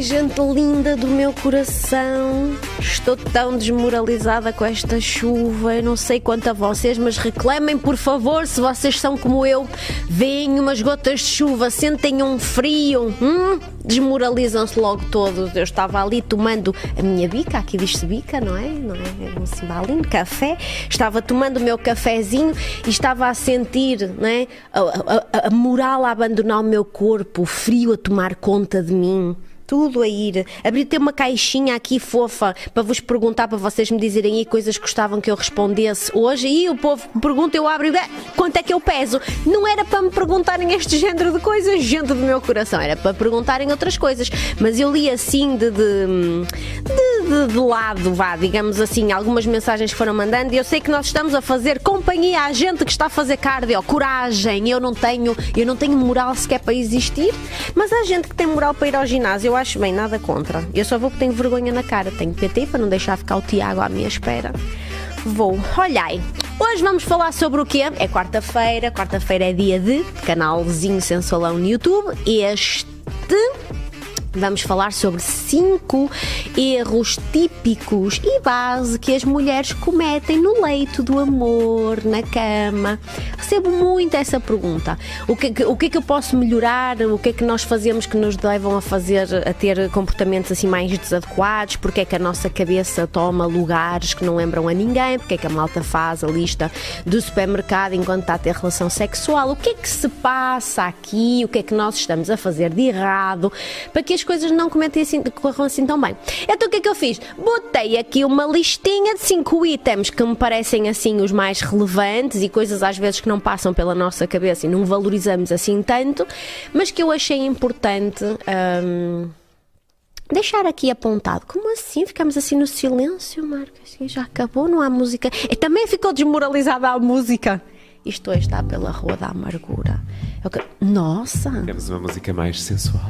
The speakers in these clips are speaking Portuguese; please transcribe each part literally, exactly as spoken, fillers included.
gente linda do meu coração, estou tão desmoralizada com esta chuva. Eu não sei quanto a vocês, mas reclamem por favor, se vocês são como eu, veem umas gotas de chuva, sentem um frio, hum? Desmoralizam-se logo todos. Eu estava ali tomando a minha bica, aqui diz-se bica, não é? Não é? Um cimbalinho, café. Estava tomando o meu cafezinho e estava a sentir, não é? a, a, a moral a abandonar o meu corpo, o frio a tomar conta de mim. Tudo a ir. Abri ter uma caixinha aqui fofa para vos perguntar, para vocês me dizerem aí coisas que gostavam que eu respondesse hoje. E o povo pergunta, eu abro e quanto é que eu peso? Não era para me perguntarem este género de coisas, gente do meu coração, era para perguntarem outras coisas. Mas eu li assim de, de, de, de, de lado, vá, digamos assim, algumas mensagens que foram mandando. E eu sei que nós estamos a fazer companhia à gente que está a fazer cardio, coragem. Eu não tenho, eu não tenho moral sequer para existir, mas há gente que tem moral para ir ao ginásio. Eu acho bem, nada contra. Eu só vou porque tenho vergonha na cara. Tenho P T para não deixar ficar o Tiago à minha espera. Vou. Olhai, hoje vamos falar sobre o quê? É quarta-feira. Quarta-feira é dia de canalzinho sensualão no YouTube. Este... Vamos falar sobre cinco erros típicos e base que as mulheres cometem no leito do amor, na cama. Recebo muito essa pergunta. O que, o que é que eu posso melhorar? O que é que nós fazemos que nos levam a fazer, a ter comportamentos assim mais desadequados? Porque é que a nossa cabeça toma lugares que não lembram a ninguém? Porque é que a malta faz a lista do supermercado enquanto está a ter relação sexual? O que é que se passa aqui? O que é que nós estamos a fazer de errado para que as coisas não cometem assim, corram assim tão bem? Então o que é que eu fiz? Botei aqui uma listinha de cinco itens que me parecem assim os mais relevantes e coisas às vezes que não passam pela nossa cabeça e não valorizamos assim tanto, mas que eu achei importante hum, deixar aqui apontado. Como assim? Ficamos assim no silêncio, Marcos? Assim, já acabou? Não há música? E também ficou desmoralizada a música. Isto hoje está pela Rua da Amargura. Eu... Nossa! Temos uma música mais sensual.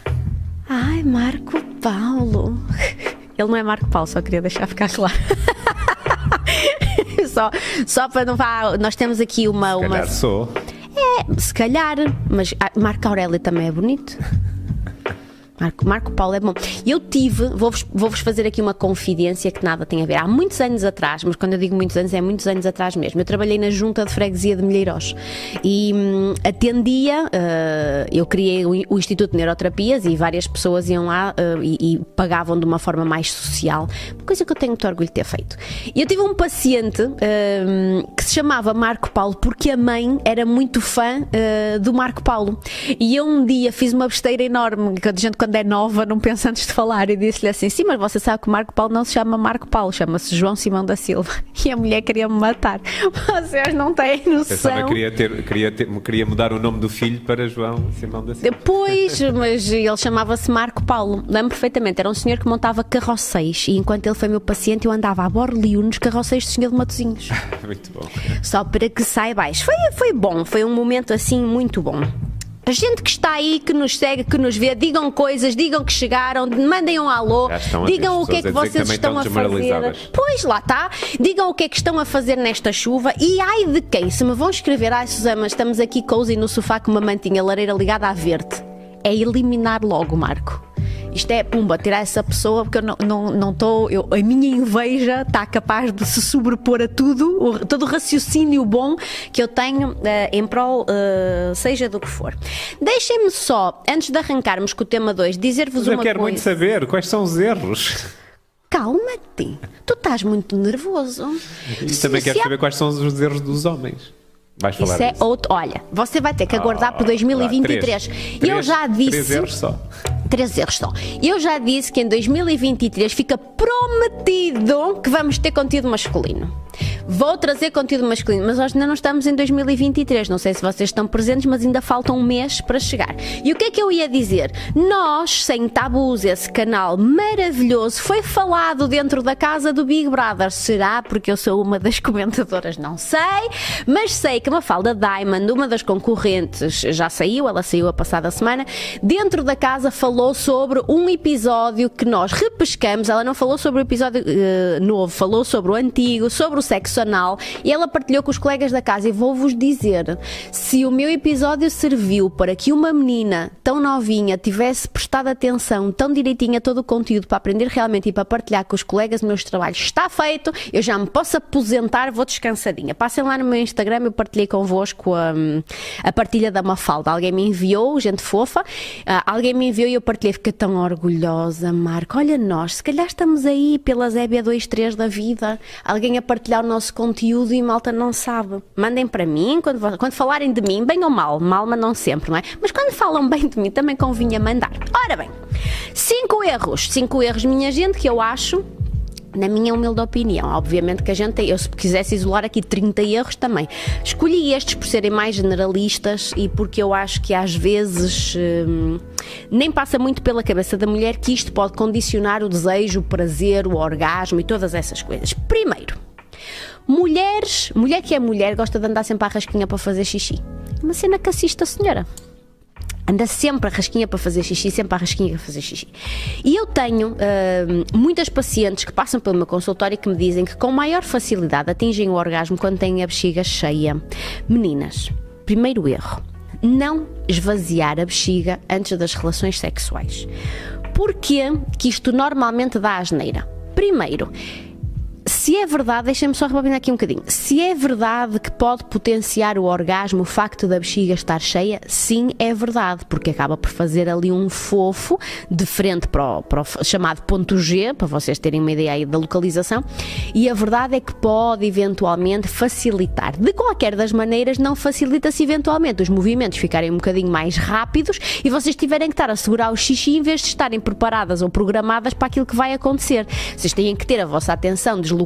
Ai, Marco Paulo. Ele não é Marco Paulo, só queria deixar ficar claro. só, só para não falar, nós temos aqui uma... Se calhar uma... sou. É, se calhar, mas Marco Aurélio também é bonito. Marco, Marco Paulo é bom. Eu tive, vou-vos, vou-vos fazer aqui uma confidência que nada tem a ver. Há muitos anos atrás, mas quando eu digo muitos anos, é muitos anos atrás mesmo. Eu trabalhei na Junta de Freguesia de Milheiros e hum, atendia, uh, eu criei o, o Instituto de Neuroterapias e várias pessoas iam lá uh, e, e pagavam de uma forma mais social, uma coisa que eu tenho muito orgulho de ter feito. E eu tive um paciente uh, que se chamava Marco Paulo porque a mãe era muito fã uh, do Marco Paulo. E eu um dia fiz uma besteira enorme, que a gente quando é nova não pensa antes de falar, e disse-lhe assim, sim, mas você sabe que o Marco Paulo não se chama Marco Paulo, chama-se João Simão da Silva. E a mulher queria-me matar. Vocês não têm noção. Pensava que queria, ter, queria, ter, queria mudar o nome do filho para João Simão da Silva. Depois, mas ele chamava-se Marco Paulo. Lembro perfeitamente, era um senhor que montava carroceiros e enquanto ele foi meu paciente eu andava a borlio nos carroceiros do senhor de Matosinhos. Muito bom. Só para que saibais. Foi, foi bom, foi um momento assim muito bom. A gente que está aí, que nos segue, que nos vê, digam coisas, digam que chegaram, mandem um alô, digam o que é que vocês estão a fazer. Pois, lá está. Digam o que é que estão a fazer nesta chuva e ai de quem? Se me vão escrever, ai Susana, estamos aqui cozy no sofá com uma mantinha, lareira ligada a verde. É eliminar logo, Marco. Isto é, pumba, tirar essa pessoa porque eu não estou, não, não tô, eu, a minha inveja está capaz de se sobrepor a tudo, o, todo o raciocínio bom que eu tenho uh, em prol, uh, seja do que for. Deixem-me só, antes de arrancarmos com o tema dois, dizer-vos uma coisa. Eu quero muito saber quais são os erros. Calma-te, tu estás muito nervoso. E também quero saber quais são os erros dos homens. Vais falar Isso é disso. outro. Olha, você vai ter que aguardar oh, por dois mil e vinte e três. Três, eu já disse. Três erros só. Três erros só. Eu já disse que em dois mil e vinte e três fica prometido que vamos ter conteúdo masculino. Vou trazer conteúdo masculino, mas nós ainda não estamos em dois mil e vinte e três. Não sei se vocês estão presentes, mas ainda falta um mês para chegar. E o que é que eu ia dizer? Nós, Sem Tabus, esse canal maravilhoso, foi falado dentro da casa do Big Brother. Será porque eu sou uma das comentadoras? Não sei, mas sei que a Mafalda Diamond, uma das concorrentes, já saiu, ela saiu a passada semana, dentro da casa falou sobre um episódio que nós repescamos. Ela não falou sobre o episódio uh, novo, falou sobre o antigo, sobre sobre o sexo anal e ela partilhou com os colegas da casa e vou-vos dizer, se o meu episódio serviu para que uma menina tão novinha tivesse prestado atenção tão direitinho a todo o conteúdo para aprender realmente e para partilhar com os colegas dos meus trabalhos, está feito, eu já me posso aposentar, vou descansadinha. Passem lá no meu Instagram, eu partilhei convosco a, a partilha da Mafalda, alguém me enviou, gente fofa, uh, alguém me enviou e eu partilhei, fiquei tão orgulhosa, Marco, olha nós, se calhar estamos aí pelas E B vinte e três da vida, alguém a partilhar o nosso conteúdo e malta não sabe. Mandem para mim, quando, quando falarem de mim, bem ou mal, mal mas não sempre, não é? Mas quando falam bem de mim, também convinha mandar. Ora bem, cinco erros, cinco erros, minha gente, que eu acho, na minha humilde opinião, obviamente que a gente, eu se quisesse isolar aqui trinta erros também, escolhi estes por serem mais generalistas e porque eu acho que às vezes hum, nem passa muito pela cabeça da mulher que isto pode condicionar o desejo, o prazer, o orgasmo e todas essas coisas. Primeiro, mulheres, mulher que é mulher gosta de andar sempre à rasquinha para fazer xixi. Uma cena que assiste a senhora. Anda sempre a rasquinha para fazer xixi, sempre a rasquinha para fazer xixi. E eu tenho uh, muitas pacientes que passam pelo meu consultório e que me dizem que com maior facilidade atingem o orgasmo quando têm a bexiga cheia. Meninas, primeiro erro, não esvaziar a bexiga antes das relações sexuais. Porquê que isto normalmente dá asneira? Primeiro, se é verdade, deixem-me só rebobinar aqui um bocadinho, se é verdade que pode potenciar o orgasmo o facto da bexiga estar cheia, sim, é verdade, porque acaba por fazer ali um fofo de frente para o, para o chamado ponto G, para vocês terem uma ideia aí da localização, e a verdade é que pode eventualmente facilitar. De qualquer das maneiras, não facilita se eventualmente os movimentos ficarem um bocadinho mais rápidos e vocês tiverem que estar a segurar o xixi em vez de estarem preparadas ou programadas para aquilo que vai acontecer. Vocês têm que ter a vossa atenção deslocada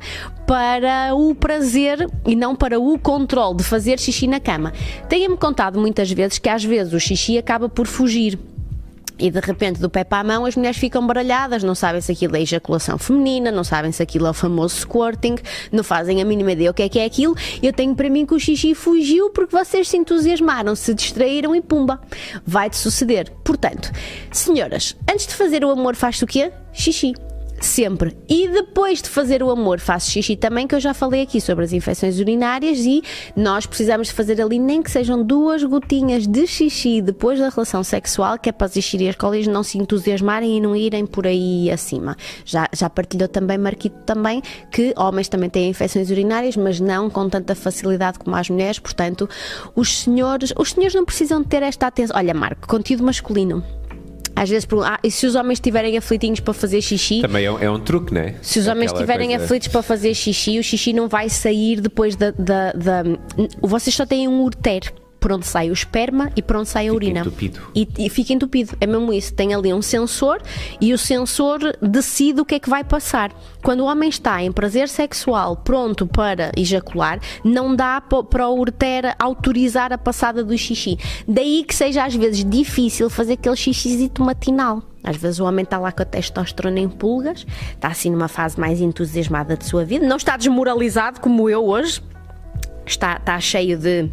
para o prazer e não para o controle de fazer xixi na cama. Tenha-me contado muitas vezes que às vezes o xixi acaba por fugir e de repente do pé para a mão as mulheres ficam baralhadas, não sabem se aquilo é ejaculação feminina, não sabem se aquilo é o famoso squirting, não fazem a mínima ideia o que é que é aquilo. Eu tenho para mim que o xixi fugiu porque vocês se entusiasmaram, se distraíram e pumba, vai-te suceder. Portanto, senhoras, antes de fazer o amor faz-se o quê? Xixi. Sempre. E depois de fazer o amor faço xixi também, que eu já falei aqui sobre as infecções urinárias e nós precisamos de fazer ali nem que sejam duas gotinhas de xixi depois da relação sexual, que é para as xixi cólicas não se entusiasmarem e não irem por aí acima. Já, já partilhou também, Marquito também, que homens também têm infecções urinárias, mas não com tanta facilidade como as mulheres, portanto os senhores, os senhores não precisam ter esta atenção. Olha, Marco, conteúdo masculino. Às vezes perguntam, ah, e se os homens estiverem aflitinhos para fazer xixi? Também é um, é um truque, não é? Se os homens estiverem coisa... aflitos para fazer xixi, o xixi não vai sair depois da... da, da... Vocês só têm um ureter por onde sai o esperma e por onde sai a urina. Fica entupido. E, e fica entupido, é mesmo isso. Tem ali um sensor e o sensor decide o que é que vai passar. Quando o homem está em prazer sexual pronto para ejacular, não dá para o ureter autorizar a passada do xixi. Daí que seja às vezes difícil fazer aquele xixizito matinal. Às vezes o homem está lá com a testosterona em pulgas, está assim numa fase mais entusiasmada de sua vida, não está desmoralizado como eu hoje, está, está cheio de...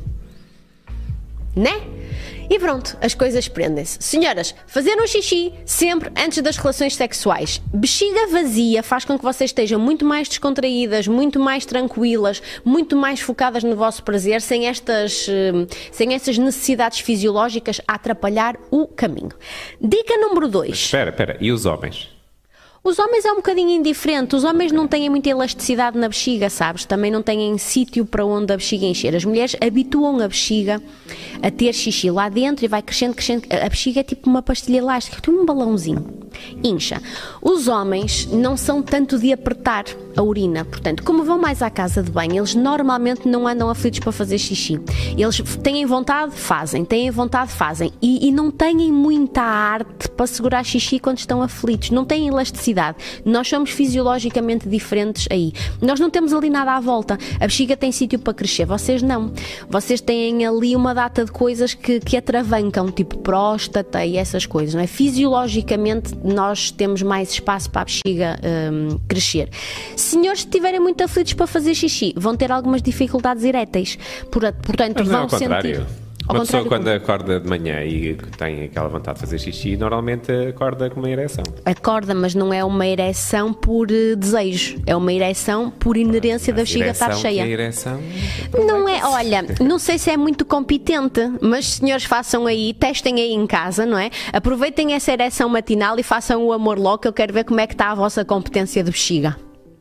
né? E pronto, as coisas prendem-se. Senhoras, fazer um xixi sempre antes das relações sexuais. Bexiga vazia faz com que vocês estejam muito mais descontraídas, muito mais tranquilas, muito mais focadas no vosso prazer, sem estas, sem estas necessidades fisiológicas a atrapalhar o caminho. Dica número dois. Espera, espera, e os homens? Os homens é um bocadinho indiferente, os homens não têm muita elasticidade na bexiga, sabes? Também não têm sítio para onde a bexiga encher. As mulheres habituam a bexiga a ter xixi lá dentro e vai crescendo, crescendo. A bexiga é tipo uma pastilha elástica, tem um balãozinho, incha. Os homens não são tanto de apertar a urina, portanto, como vão mais à casa de banho, eles normalmente não andam aflitos para fazer xixi. Eles têm vontade, fazem, têm vontade, fazem. E, e não têm muita arte para segurar xixi quando estão aflitos, não têm elasticidade. Nós somos fisiologicamente diferentes aí. Nós não temos ali nada à volta. A bexiga tem sítio para crescer, vocês não. Vocês têm ali uma data de coisas que, que atravancam, tipo próstata e essas coisas, não é? Fisiologicamente nós temos mais espaço para a bexiga hum, crescer. Senhores que estiverem muito aflitos para fazer xixi, vão ter algumas dificuldades eréteis. Portanto, Mas não vão é ao contrário. sentir... Ao Uma pessoa contrário, quando acorda de manhã e tem aquela vontade de fazer xixi, normalmente acorda com uma ereção. acorda, mas não é uma ereção por eh, desejo, é uma ereção por inerência da Mas bexiga estar ereção, cheia. que é ereção? Não é, olha, não sei se é muito competente, mas senhores, façam aí, testem aí em casa, não é? Aproveitem essa ereção matinal e façam o amor logo, que eu quero ver como é que está a vossa competência de bexiga.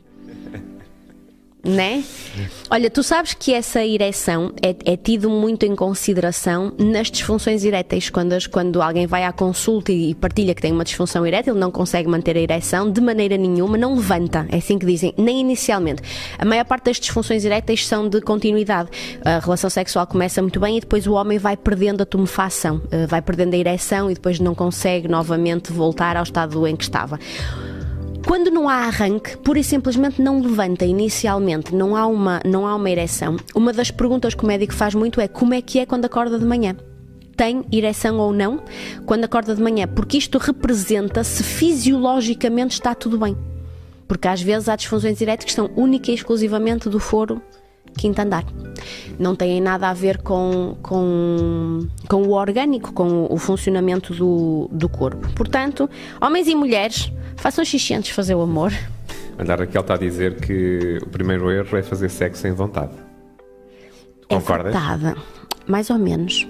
Né? Olha, tu sabes que essa ereção é, é tido muito em consideração nas disfunções eréteis. Quando, as- quando alguém vai à consulta e partilha que tem uma disfunção erétil, não consegue manter a ereção de maneira nenhuma, não levanta, é assim que dizem, nem inicialmente. A maior parte das disfunções eréteis são de continuidade. A relação sexual começa muito bem e depois o homem vai perdendo a tumefação, eh, vai perdendo a ereção e depois não consegue novamente voltar ao estado em que estava. Quando não há arranque, pura e simplesmente não levanta inicialmente, não há uma, não há uma ereção. Uma das perguntas que o médico faz muito é como é que é quando acorda de manhã? Tem ereção ou não quando acorda de manhã? Porque isto representa se fisiologicamente está tudo bem. Porque às vezes há disfunções eréteis que são única e exclusivamente do foro quinto andar. Não têm nada a ver com, com, com o orgânico, com o funcionamento do, do corpo. Portanto, homens e mulheres, façam xixi antes de fazer o amor. Olha, a Raquel está a dizer que o primeiro erro é fazer sexo sem vontade. Concordas? É verdade, mais ou menos.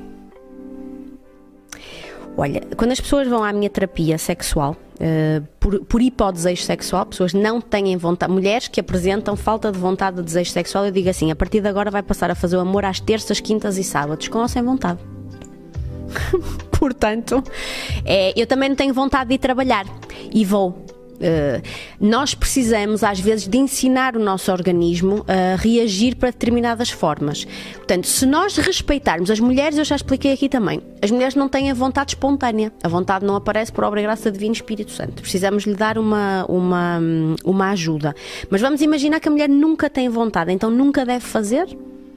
Olha, quando as pessoas vão à minha terapia sexual, uh, por, por hipodesejo sexual, pessoas não têm vontade, mulheres que apresentam falta de vontade de desejo sexual, eu digo assim, a partir de agora vai passar a fazer o amor às terças, quintas e sábados, com ou sem vontade. Portanto, é, eu também não tenho vontade de ir trabalhar e vou. Uh, nós precisamos às vezes de ensinar o nosso organismo a reagir para determinadas formas. Portanto, se nós respeitarmos as mulheres, eu já expliquei aqui também, as mulheres não têm a vontade espontânea, a vontade não aparece por obra e graça do Divino Espírito Santo, precisamos lhe dar uma, uma, uma ajuda, mas vamos imaginar que a mulher nunca tem vontade, então nunca deve fazer.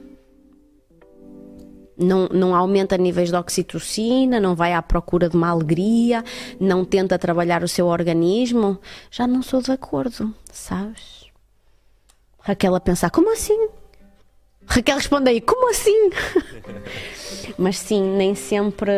Não, não aumenta níveis de oxitocina, não vai à procura de uma alegria, não tenta trabalhar o seu organismo, já não sou de acordo, sabes? Raquel a pensar, como assim? Raquel responde aí, como assim? Mas sim, nem sempre,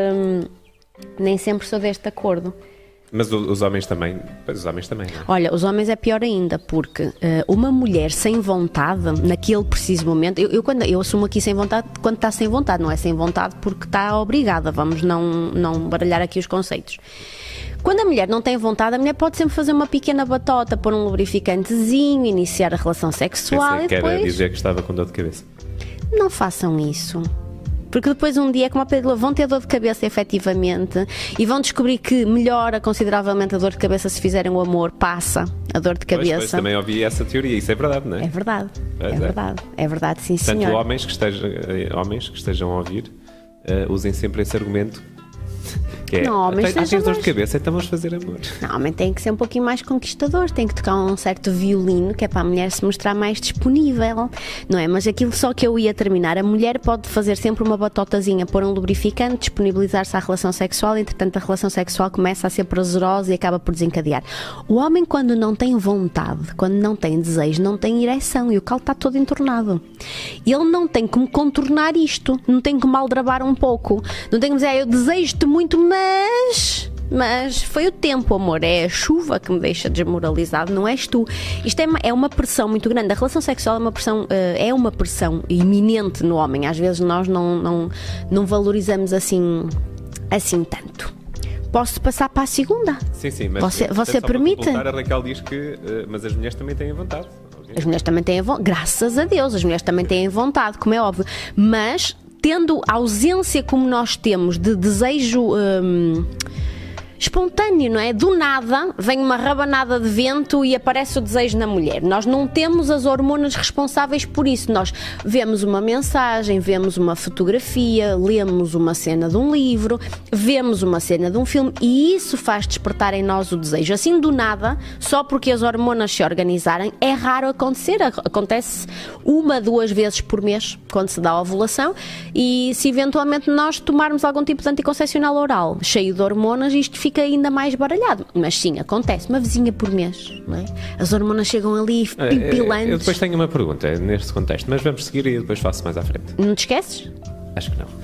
nem sempre sou deste acordo. Mas o- os homens também, pois os homens também, não é? Olha, os homens é pior ainda, porque uh, uma mulher sem vontade, naquele preciso momento, eu, eu, quando, eu assumo aqui sem vontade quando está sem vontade, não é sem vontade porque está obrigada, vamos não, não baralhar aqui os conceitos. Quando a mulher não tem vontade, a mulher pode sempre fazer uma pequena batota, pôr um lubrificantezinho, iniciar a relação sexual Pensei e que era depois... dizer que estava com dor de cabeça. Não façam isso. Porque depois um dia, como a Pedro, vão ter dor de cabeça efetivamente e vão descobrir que melhora consideravelmente a dor de cabeça se fizerem o amor, passa a dor de Pois, cabeça. pois, também ouvi essa teoria, isso é verdade, não é? É verdade, Pois é é. verdade, é verdade, sim Portanto, senhor. homens que, estejam, eh, homens que estejam a ouvir, eh, usem sempre esse argumento. Que é, Não, homens "Ah, tens sejam dor de mais- cabeça, então vamos fazer amor." Não, homem tem que ser um pouquinho mais conquistador, tem que tocar um certo violino, que é para a mulher se mostrar mais disponível, não é? Mas aquilo só que eu ia terminar, a mulher pode fazer sempre uma batotazinha, pôr um lubrificante, disponibilizar-se à relação sexual, entretanto a relação sexual começa a ser prazerosa e acaba por desencadear. O homem, quando não tem vontade, quando não tem desejo, não tem ereção e o calo está todo entornado. Ele não tem como contornar isto, não tem como aldrabar um pouco, não tem como dizer, ah, eu desejo-te muito, mas... Mas foi o tempo, amor, é a chuva que me deixa desmoralizado, não és tu. Isto é uma, é uma pressão muito grande. A relação sexual é uma pressão, eh, é uma pressão iminente no homem. Às vezes nós não, não, não valorizamos assim, assim tanto. Posso passar para a segunda? Sim, sim, mas Você- portanto, você só para permite? completar, a Raquel diz que, eh, mas as mulheres também têm vontade. As mulheres também têm vontade, graças a Deus, as mulheres também têm vontade, como é óbvio, mas tendo a ausência como nós temos de desejo hum, espontâneo, não é? Do nada vem uma rabanada de vento e aparece o desejo na mulher. Nós não temos as hormonas responsáveis por isso. Nós vemos uma mensagem, vemos uma fotografia, lemos uma cena de um livro, vemos uma cena de um filme e isso faz despertar em nós o desejo. Assim do nada, só porque as hormonas se organizarem, é raro acontecer. Acontece uma, duas vezes por mês, quando se dá a ovulação, e se eventualmente nós tomarmos algum tipo de anticoncepcional oral cheio de hormonas, isto fica ainda mais baralhado. Mas sim, acontece, uma vizinha por mês, não é? As hormonas chegam ali Eh, eh, pipilantes. Eu depois tenho uma pergunta neste contexto, mas vamos seguir e depois faço mais à frente. Não te esqueces? Acho que não.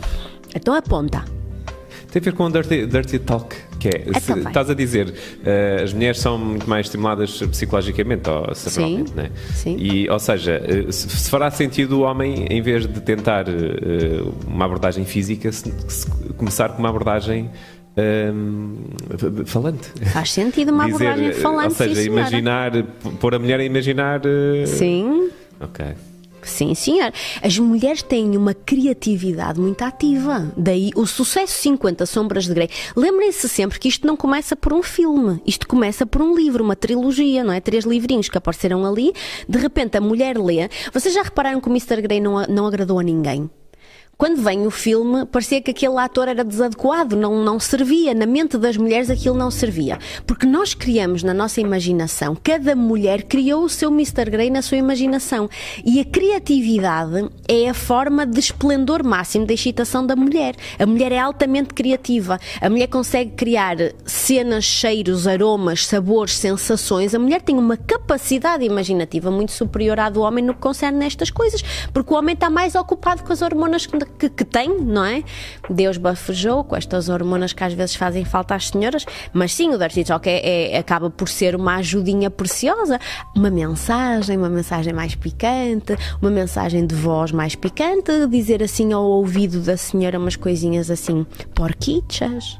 Então aponta. Tem a ver com o dirty, dirty talk, que é, É se, também. estás a dizer, uh, as mulheres são muito mais estimuladas psicologicamente ou cerebralmente, Sim, né? sim. E, ou seja, uh, se, se fará sentido o homem, em vez de tentar uh, uma abordagem física, se, se começar com uma abordagem um, falante. Faz sentido uma Dizer, abordagem falante, ou seja, sim, senhora. imaginar, pôr a mulher a imaginar... Uh, Sim. Ok. Sim, senhor. As mulheres têm uma criatividade muito ativa. Daí o sucesso cinquenta Sombras de Grey. Lembrem-se sempre que isto não começa por um filme. Isto começa por um livro, uma trilogia, não é? Três livrinhos que apareceram ali. De repente a mulher lê. Vocês já repararam que o mister Grey não, não agradou a ninguém? Quando vem o filme, parecia que aquele ator era desadequado, não, não servia. Na mente das mulheres aquilo não servia. Porque nós criamos na nossa imaginação, cada mulher criou o seu mister Grey na sua imaginação. E a criatividade é a forma de esplendor máximo da excitação da mulher. A mulher é altamente criativa. A mulher consegue criar cenas, cheiros, aromas, sabores, sensações. A mulher tem uma capacidade imaginativa muito superior à do homem no que concerne nestas coisas. Porque o homem está mais ocupado com as hormonas que Que, que tem, não é? Deus bafejou com estas hormonas que às vezes fazem falta às senhoras, mas sim, o dirty talk é, é, acaba por ser uma ajudinha preciosa, uma mensagem, uma mensagem mais picante, uma mensagem de voz mais picante, dizer assim ao ouvido da senhora umas coisinhas assim porquichas.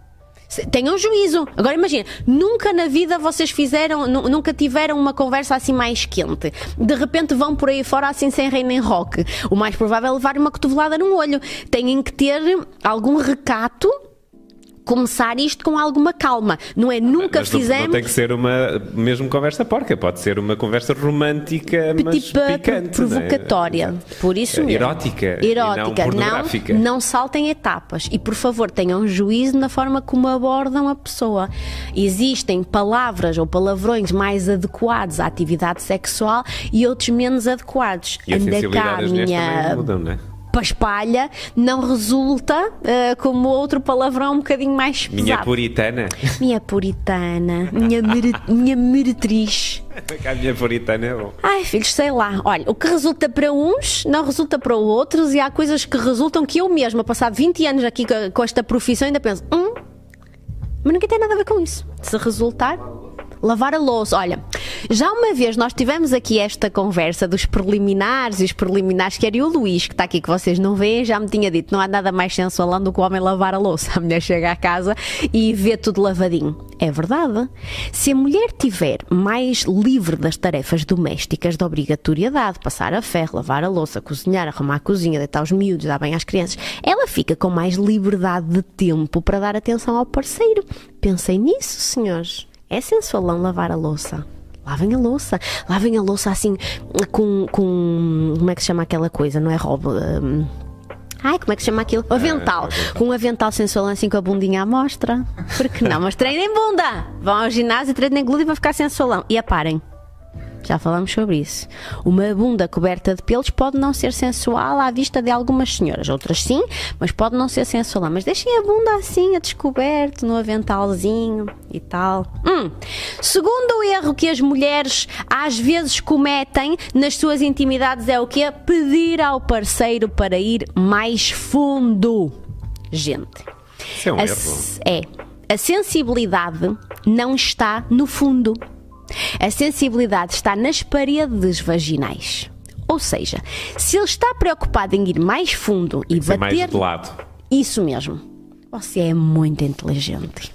Tenham juízo. Agora imagina, nunca na vida vocês fizeram, nunca tiveram uma conversa assim mais quente. De repente vão por aí fora assim sem rei nem roque. O mais provável é levar uma cotovelada no olho. Têm que ter algum recato. Começar isto com alguma calma, não é? Nunca mas fizemos. Não tem que ser uma mesmo conversa porca, pode ser uma conversa romântica, mas tipo, picante, provocatória, não é? por isso mesmo. Erótica, erótica, e não pornográfica. Não, não saltem etapas e por favor tenham juízo na forma como abordam a pessoa. Existem palavras ou palavrões mais adequados à atividade sexual e outros menos adequados. E a Anda sensibilidade cá, das mulheres minha... também mudam, não é? Paspalha não resulta uh, como outro palavrão um bocadinho mais pesado. Minha puritana. Minha puritana, minha, mere, minha meretriz. A minha puritana é bom. Ai, filhos, sei lá. Olha, o que resulta para uns não resulta para outros e há coisas que resultam que eu mesma, passado vinte anos aqui com, com esta profissão, ainda penso, hum, mas nunca tem nada a ver com isso. Se resultar, lavar a louça. Olha, já uma vez nós tivemos aqui esta conversa dos preliminares e os preliminares, que era o Luís, que está aqui, que vocês não veem, já me tinha dito, não há nada mais sensualão do que o homem lavar a louça. A mulher chega à casa e vê tudo lavadinho. É verdade. Se a mulher tiver mais livre das tarefas domésticas de obrigatoriedade, passar a ferro, lavar a louça, cozinhar, arrumar a cozinha, deitar os miúdos, dar bem às crianças, ela fica com mais liberdade de tempo para dar atenção ao parceiro. Pensem nisso, senhores. É sensualão lavar a louça. Lavem a louça. Lavem a louça assim com, com... Como é que se chama aquela coisa? Não é roubo? Um, ai, como é que se chama aquilo? O avental. Com um avental sensualão assim com a bundinha à mostra. Por que não? Mas treinem bunda. Vão ao ginásio, treinem glúteo para ficar sensualão. E aparem. Já falamos sobre isso. Uma bunda coberta de pelos pode não ser sensual à vista de algumas senhoras. Outras sim, mas pode não ser sensual. Mas deixem a bunda assim, a descoberto, no aventalzinho e tal. Hum. Segundo o erro que as mulheres às vezes cometem nas suas intimidades é o quê? Pedir ao parceiro para ir mais fundo. Gente. Isso é um a, erro. É. A sensibilidade não está no fundo. A sensibilidade está nas paredes vaginais. Ou seja, se ele está preocupado em ir mais fundo e bater... mais de lado. Isso mesmo. Você é muito inteligente.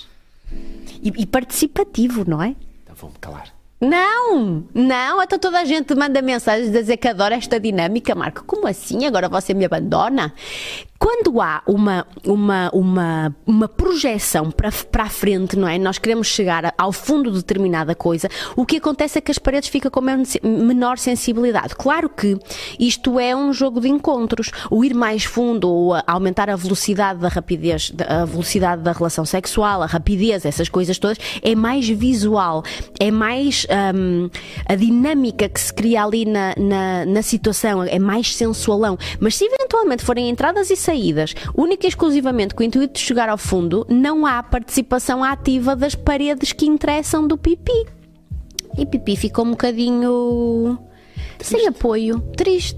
E, e participativo, não é? Então vou-me calar. Não, não, até toda a gente manda mensagens a dizer que adora esta dinâmica, Marco. Como assim? Agora você me abandona? Quando há uma, uma, uma, uma projeção para, para a frente, não é? Nós queremos chegar ao fundo de determinada coisa, o que acontece é que as paredes ficam com menor sensibilidade. Claro que isto é um jogo de encontros. O ir mais fundo, ou aumentar a velocidade da rapidez, a velocidade da relação sexual, a rapidez, essas coisas todas, é mais visual, é mais um, a dinâmica que se cria ali na, na, na situação, é mais sensualão. Mas se eventualmente forem entradas e saídas, única e exclusivamente com o intuito de chegar ao fundo, não há participação ativa das paredes que interessam do pipi. E pipi ficou um bocadinho triste. Sem apoio, triste.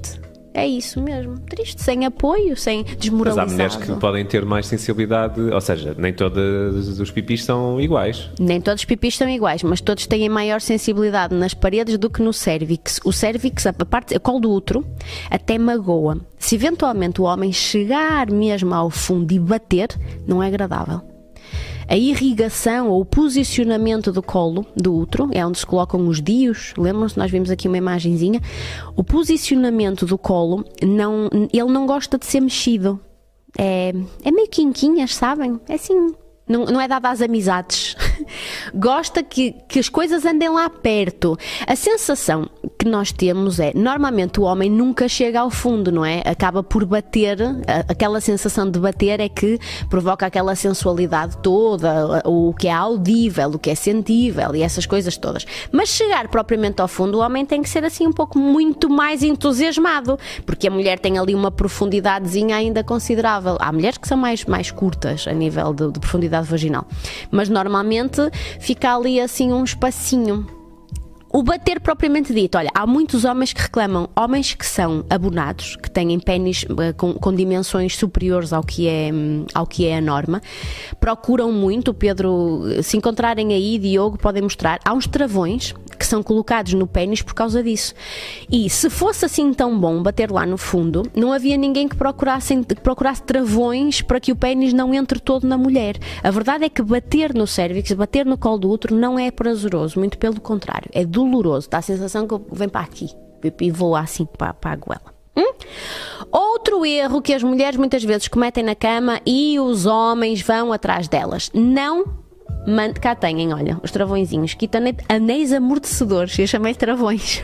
É isso mesmo, triste, sem apoio, sem desmoralizado. Mas há mulheres que podem ter mais sensibilidade, ou seja, nem todos os pipis são iguais. Nem todos os pipis são iguais, mas todos têm maior sensibilidade nas paredes do que no cérvix. O cérvix, a parte, o colo do útero, até magoa. Se eventualmente o homem chegar mesmo ao fundo e bater, não é agradável. A irrigação ou o posicionamento do colo do útero, é onde se colocam os dios, lembram-se, nós vimos aqui uma imagenzinha, o posicionamento do colo, não, ele não gosta de ser mexido, é, é meio quinquinhas, sabem? É assim, não, não é dado às amizades, gosta que, que as coisas andem lá perto. A sensação que nós temos é, normalmente o homem nunca chega ao fundo, não é? Acaba por bater, aquela sensação de bater é que provoca aquela sensualidade toda, o que é audível, o que é sentível e essas coisas todas. Mas chegar propriamente ao fundo, o homem tem que ser assim um pouco muito mais entusiasmado, porque a mulher tem ali uma profundidadezinha ainda considerável. Há mulheres que são mais, mais curtas a nível de, de profundidade vaginal, mas normalmente fica ali assim um espacinho. O bater propriamente dito, olha, há muitos homens que reclamam, homens que são abonados, que têm pénis uh, com, com dimensões superiores ao que, é, um, ao que é a norma, procuram muito, Pedro, se encontrarem aí, Diogo, podem mostrar, há uns travões que são colocados no pénis por causa disso. E se fosse assim tão bom bater lá no fundo, não havia ninguém que procurasse, que procurasse travões para que o pénis não entre todo na mulher. A verdade é que bater no cérvix, bater no colo do útero não é prazeroso, muito pelo contrário, é doloroso, dá a sensação que vem para aqui e voa assim para, para a goela. Hum? Outro erro que as mulheres muitas vezes cometem na cama e os homens vão atrás delas, não Man... cá têm, olha, os travõezinhos, que estão anéis amortecedores, eu chamei travões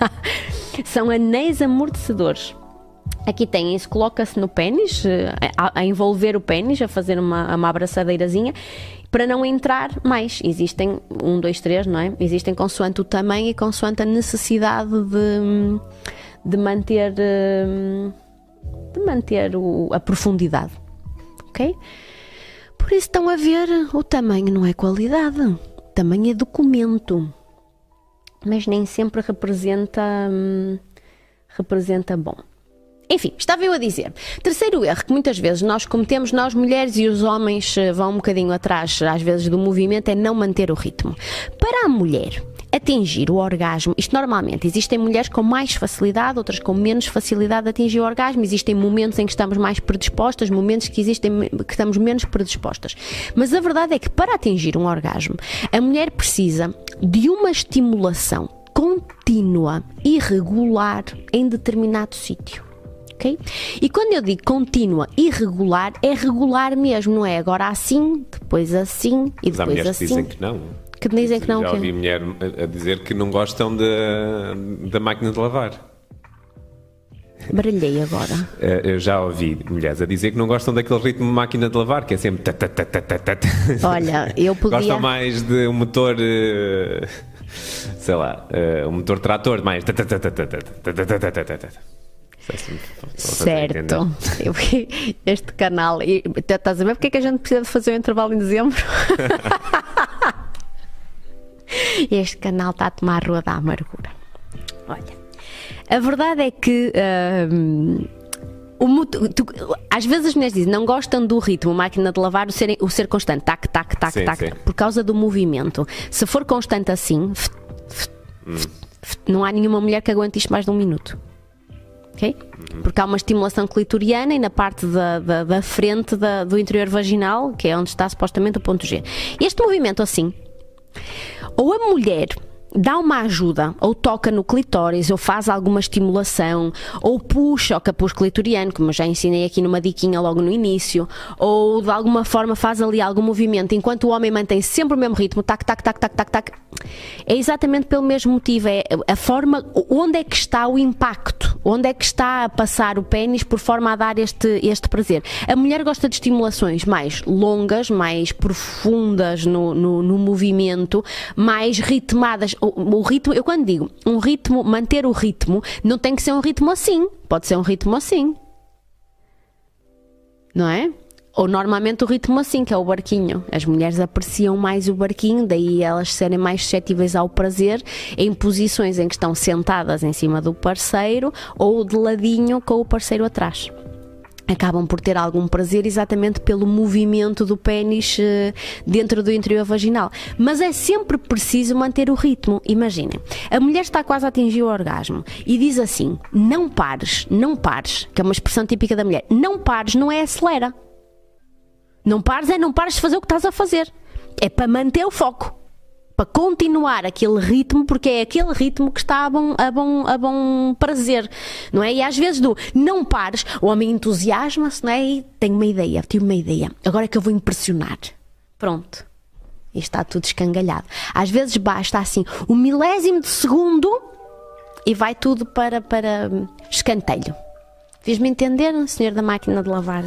são anéis amortecedores. Aqui tem isso, coloca-se no pénis, a, a envolver o pénis, a fazer uma, uma abraçadeirazinha, para não entrar mais. Existem um, dois, três, não é? Existem consoante o tamanho e consoante a necessidade de, de manter, de manter o, a profundidade, ok? Por isso estão a ver, o tamanho não é qualidade, o tamanho é documento, mas nem sempre representa, hum, representa bom. Enfim, estava eu a dizer, terceiro erro que muitas vezes nós cometemos, nós mulheres e os homens vão um bocadinho atrás às vezes do movimento, é não manter o ritmo. Para a mulher atingir o orgasmo, isto normalmente, existem mulheres com mais facilidade, outras com menos facilidade de atingir o orgasmo, existem momentos em que estamos mais predispostas, momentos que existem que estamos menos predispostas. Mas a verdade é que para atingir um orgasmo, a mulher precisa de uma estimulação contínua e regular em determinado sítio. Okay? E quando eu digo contínua e regular, é regular mesmo, não é agora assim, depois assim e depois assim. Mas há mulheres que dizem que não. Que dizem que não. Já ouvi mulher a dizer que não gostam de, da máquina de lavar. Baralhei agora. Eu já ouvi mulheres a dizer que não gostam daquele ritmo de máquina de lavar, que é sempre... Olha, eu podia... Gostam mais de um motor... sei lá, um motor trator, mais... Certo. Este canal... Estás a ver porque é que a gente precisa de fazer um intervalo em dezembro? Este canal está a tomar a rua da amargura. Olha, a verdade é que uh, o, tu, às vezes as mulheres dizem não gostam do ritmo, a máquina de lavar, o ser, o ser constante, tac, tac, tac, sim, tac, sim. Por causa do movimento. Se for constante assim, f, f, hum. f, não há nenhuma mulher que aguente isto mais de um minuto. Okay? Uhum. Porque há uma estimulação clitoriana e na parte da, da, da frente da, do interior vaginal, que é onde está supostamente o ponto G. Este movimento assim, ou a mulher dá uma ajuda, ou toca no clitóris, ou faz alguma estimulação, ou puxa o capuz clitoriano, como eu já ensinei aqui numa diquinha logo no início, ou de alguma forma faz ali algum movimento, enquanto o homem mantém sempre o mesmo ritmo, tac, tac, tac, tac, tac, tac, é exatamente pelo mesmo motivo, é a forma, onde é que está o impacto, onde é que está a passar o pénis por forma a dar este, este prazer. A mulher gosta de estimulações mais longas, mais profundas no, no, no movimento, mais ritmadas. O, o ritmo, eu quando digo um ritmo, manter o ritmo, não tem que ser um ritmo assim, pode ser um ritmo assim, não é? Ou normalmente o ritmo assim, que é o barquinho. As mulheres apreciam mais o barquinho, daí elas serem mais suscetíveis ao prazer em posições em que estão sentadas em cima do parceiro ou de ladinho com o parceiro atrás. Acabam por ter algum prazer exatamente pelo movimento do pénis dentro do interior vaginal. Mas é sempre preciso manter o ritmo. Imaginem, a mulher está quase a atingir o orgasmo e diz assim: não pares, não pares, que é uma expressão típica da mulher. Não pares não é acelera. Não pares é não pares de fazer o que estás a fazer. É para manter o foco, para continuar aquele ritmo, porque é aquele ritmo que está a bom, a bom, a bom prazer, não é? E às vezes do não pares, o homem entusiasma-se, não é? E tem uma ideia, tive uma ideia, agora é que eu vou impressionar. Pronto. E está tudo escangalhado. Às vezes basta assim um milésimo de segundo e vai tudo para, para escanteio. Fiz-me entender, senhor da máquina de lavar?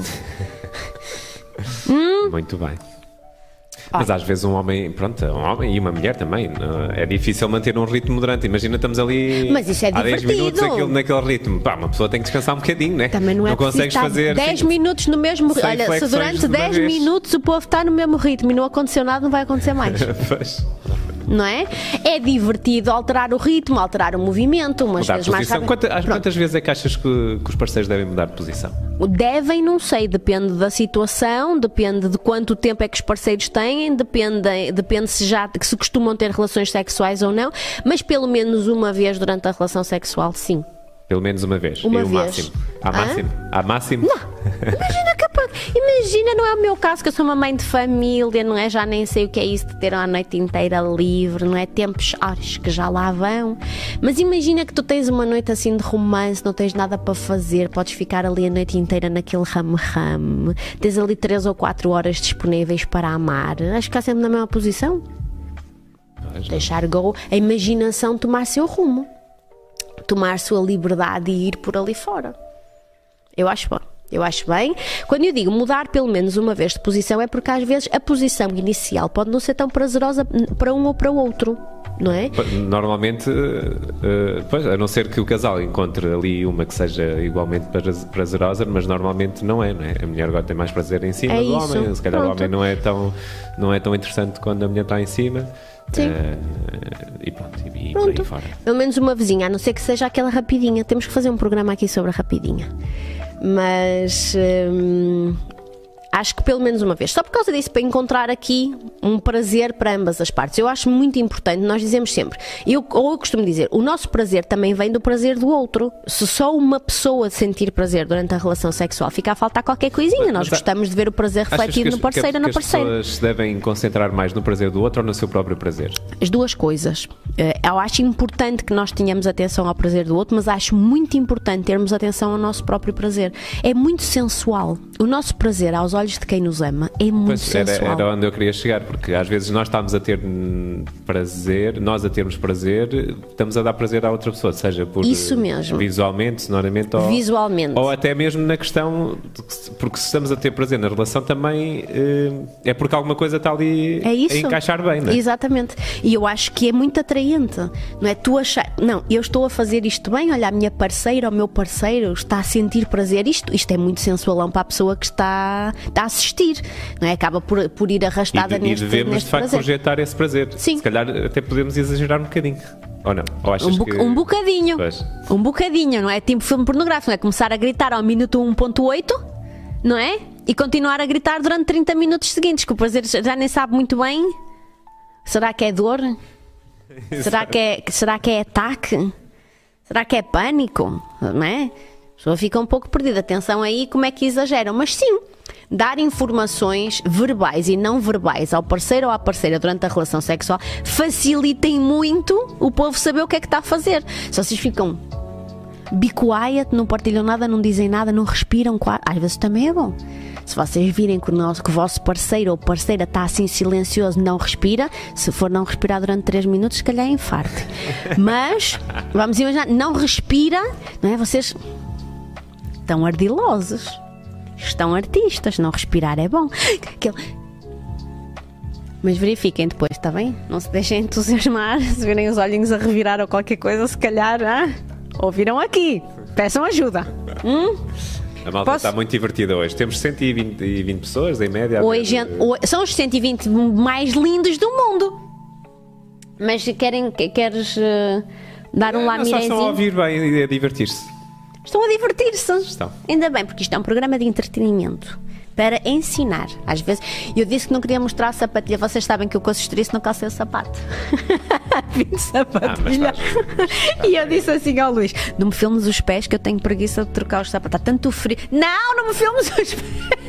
hum? Muito bem. Mas às vezes um homem, pronto, um homem e uma mulher também, é difícil manter um ritmo durante. Imagina, estamos ali Mas isso é há dez divertido. minutos aquilo, naquele ritmo. Pá, uma pessoa tem que descansar um bocadinho, né? Também não é não consegues fazer dez minutos no mesmo ritmo. Olha, se durante dez minutos o povo está no mesmo ritmo e não aconteceu nada, não vai acontecer mais. Não é? É divertido alterar o ritmo, alterar o movimento, umas mudar vezes mais rápido. Quantas, quantas vezes é que achas que, que os parceiros devem mudar de posição? Devem, não sei, depende da situação, depende de quanto tempo é que os parceiros têm, depende, depende se já se costumam ter relações sexuais ou não, mas pelo menos uma vez durante a relação sexual, sim. Pelo menos uma vez. Uma e o vez. máximo? Há máximo? Há máximo? Não. Imagina, capaz, imagina, não é o meu caso, que eu sou uma mãe de família, não é? Já nem sei o que é isso de ter uma noite inteira livre, não é? Tempos acho que já lá vão. Mas imagina que tu tens uma noite assim de romance, não tens nada para fazer, podes ficar ali a noite inteira naquele rame-rame, tens ali três ou quatro horas disponíveis para amar. Acho que está sempre na mesma posição. Deixar go, a imaginação tomar seu rumo. Tomar sua liberdade e ir por ali fora. Eu acho bom. Eu acho bem. Quando eu digo mudar pelo menos uma vez de posição, é porque às vezes a posição inicial pode não ser tão prazerosa para um ou para o outro, não é? Normalmente, uh, pois, a não ser que o casal encontre ali uma que seja igualmente prazerosa, mas normalmente não é, não é? A mulher agora tem mais prazer em cima é do isso. homem, se calhar Pronto. o homem não é tão, não é tão interessante quando a mulher está em cima. Sim. Uh, e pronto, e, e Pronto. por aí fora. Pelo menos uma vizinha, a não ser que seja aquela rapidinha. Temos que fazer um programa aqui sobre a rapidinha. Mas hum, acho que pelo menos uma vez. Só por causa disso, para encontrar aqui um prazer para ambas as partes. Eu acho muito importante, nós dizemos sempre, eu, ou eu costumo dizer, o nosso prazer também vem do prazer do outro. Se só uma pessoa sentir prazer durante a relação sexual, fica a faltar qualquer coisinha. Mas, nós gostamos de ver o prazer refletido no parceiro ou na parceira. As pessoas se devem concentrar mais no prazer do outro ou no seu próprio prazer? As duas coisas. Eu acho importante que nós tenhamos atenção ao prazer do outro, mas acho muito importante termos atenção ao nosso próprio prazer. É muito sensual. O nosso prazer, aos olhos de quem nos ama, é muito pois, sensual. Era, era onde eu queria chegar, porque às vezes nós estamos a ter prazer, nós a termos prazer, estamos a dar prazer à outra pessoa, seja por Isso mesmo. visualmente, sonoramente ou, Visualmente. ou até mesmo na questão, de, porque se estamos a ter prazer na relação também é porque alguma coisa está ali é isso. a encaixar bem, não é? Exatamente. E eu acho que é muito atraente. Não é tu achar, não, eu estou a fazer isto bem, olha, a minha parceira, o meu parceiro está a sentir prazer, isto, isto é muito sensualão para a pessoa que está, está a assistir, não é? Acaba por, por ir arrastada e, neste, e devemos neste de facto prazer. projetar esse prazer. Sim. Se calhar até podemos exagerar um bocadinho, ou não? Ou achas um, bo que... um bocadinho, pois. um bocadinho, não é? Tipo filme pornográfico, não é? Começar a gritar ao minuto um ponto oito, não é? E continuar a gritar durante trinta minutos seguintes, que o prazer já nem sabe muito bem. Será que é dor? Será que, é, será que é ataque? Será que é pânico? Não é? A pessoa fica um pouco perdida. Atenção aí como é que exageram. Mas sim, dar informações verbais e não verbais ao parceiro ou à parceira durante a relação sexual facilitem muito o povo saber o que é que está a fazer. Se vocês ficam be quiet, não partilham nada, não dizem nada, não respiram, às vezes também é bom. Se vocês virem que o, nosso, que o vosso parceiro ou parceira está assim silencioso, não respira, se for não respirar durante três minutos, se calhar é infarte. Mas, vamos imaginar, não respira, não é? Vocês estão ardilosos, estão artistas, não respirar é bom. Aquele... Mas verifiquem depois, está bem? Não se deixem entusiasmar, se virem os olhinhos a revirar ou qualquer coisa, se calhar, ah, ouviram aqui, peçam ajuda. Hum? A malta Posso? está muito divertida hoje. Temos cento e vinte pessoas, em média. Oi, gente, oi, são os cento e vinte mais lindos do mundo. Mas querem, queres uh, dar um é, lamirezinho? Estão a ouvir bem e a divertir-se. Estão a divertir-se. Estão. Ainda bem, porque isto é um programa de entretenimento. Para ensinar. Às vezes, eu disse que não queria mostrar a sapatilha. Vocês sabem que eu com isso não calcei o sapato. Vim de sapatilha. Ah, e eu disse assim ao Luís: não me filmes os pés que eu tenho preguiça de trocar os sapatos. Está tanto frio. Não, não me filmes os pés.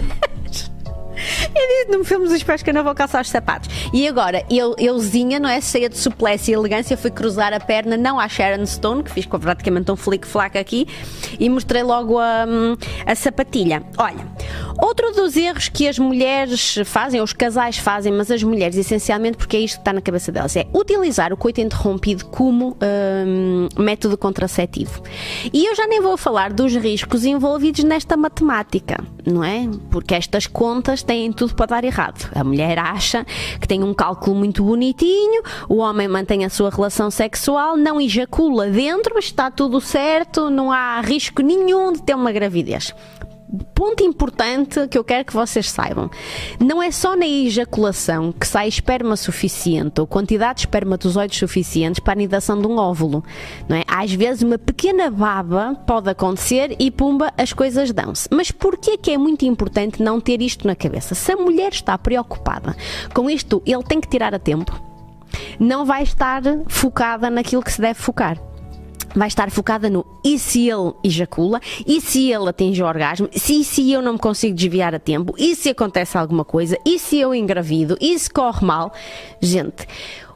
Eu disse, não me filmes os pés que eu não vou calçar os sapatos. E agora, eu, euzinha, não é? Cheia de suplência e elegância, fui cruzar a perna, não à Sharon Stone, que fiz com praticamente um flick-flack aqui, e mostrei logo a, a sapatilha. Olha, outro dos erros que as mulheres fazem, ou os casais fazem, mas as mulheres essencialmente, porque é isto que está na cabeça delas, é utilizar o coito interrompido como hum, método contraceptivo. E eu já nem vou falar dos riscos envolvidos nesta matemática, não é? Porque estas contas têm tudo para dar errado. A mulher acha que tem um cálculo muito bonitinho, o homem mantém a sua relação sexual, não ejacula dentro, mas está tudo certo, não há risco nenhum de ter uma gravidez. Ponto importante que eu quero que vocês saibam: não é só na ejaculação que sai esperma suficiente ou quantidade de espermatozoides suficientes para a anidação de um óvulo, não é? Às vezes uma pequena baba pode acontecer e pumba, as coisas dão-se. Mas porquê que é muito importante não ter isto na cabeça? Se a mulher está preocupada com isto, ele tem que tirar a tempo, não vai estar focada naquilo que se deve focar. Vai estar focada no e se ele ejacula, e se ele atinge o orgasmo, e se eu não me consigo desviar a tempo, e se acontece alguma coisa, e se eu engravido, e se corre mal. Gente,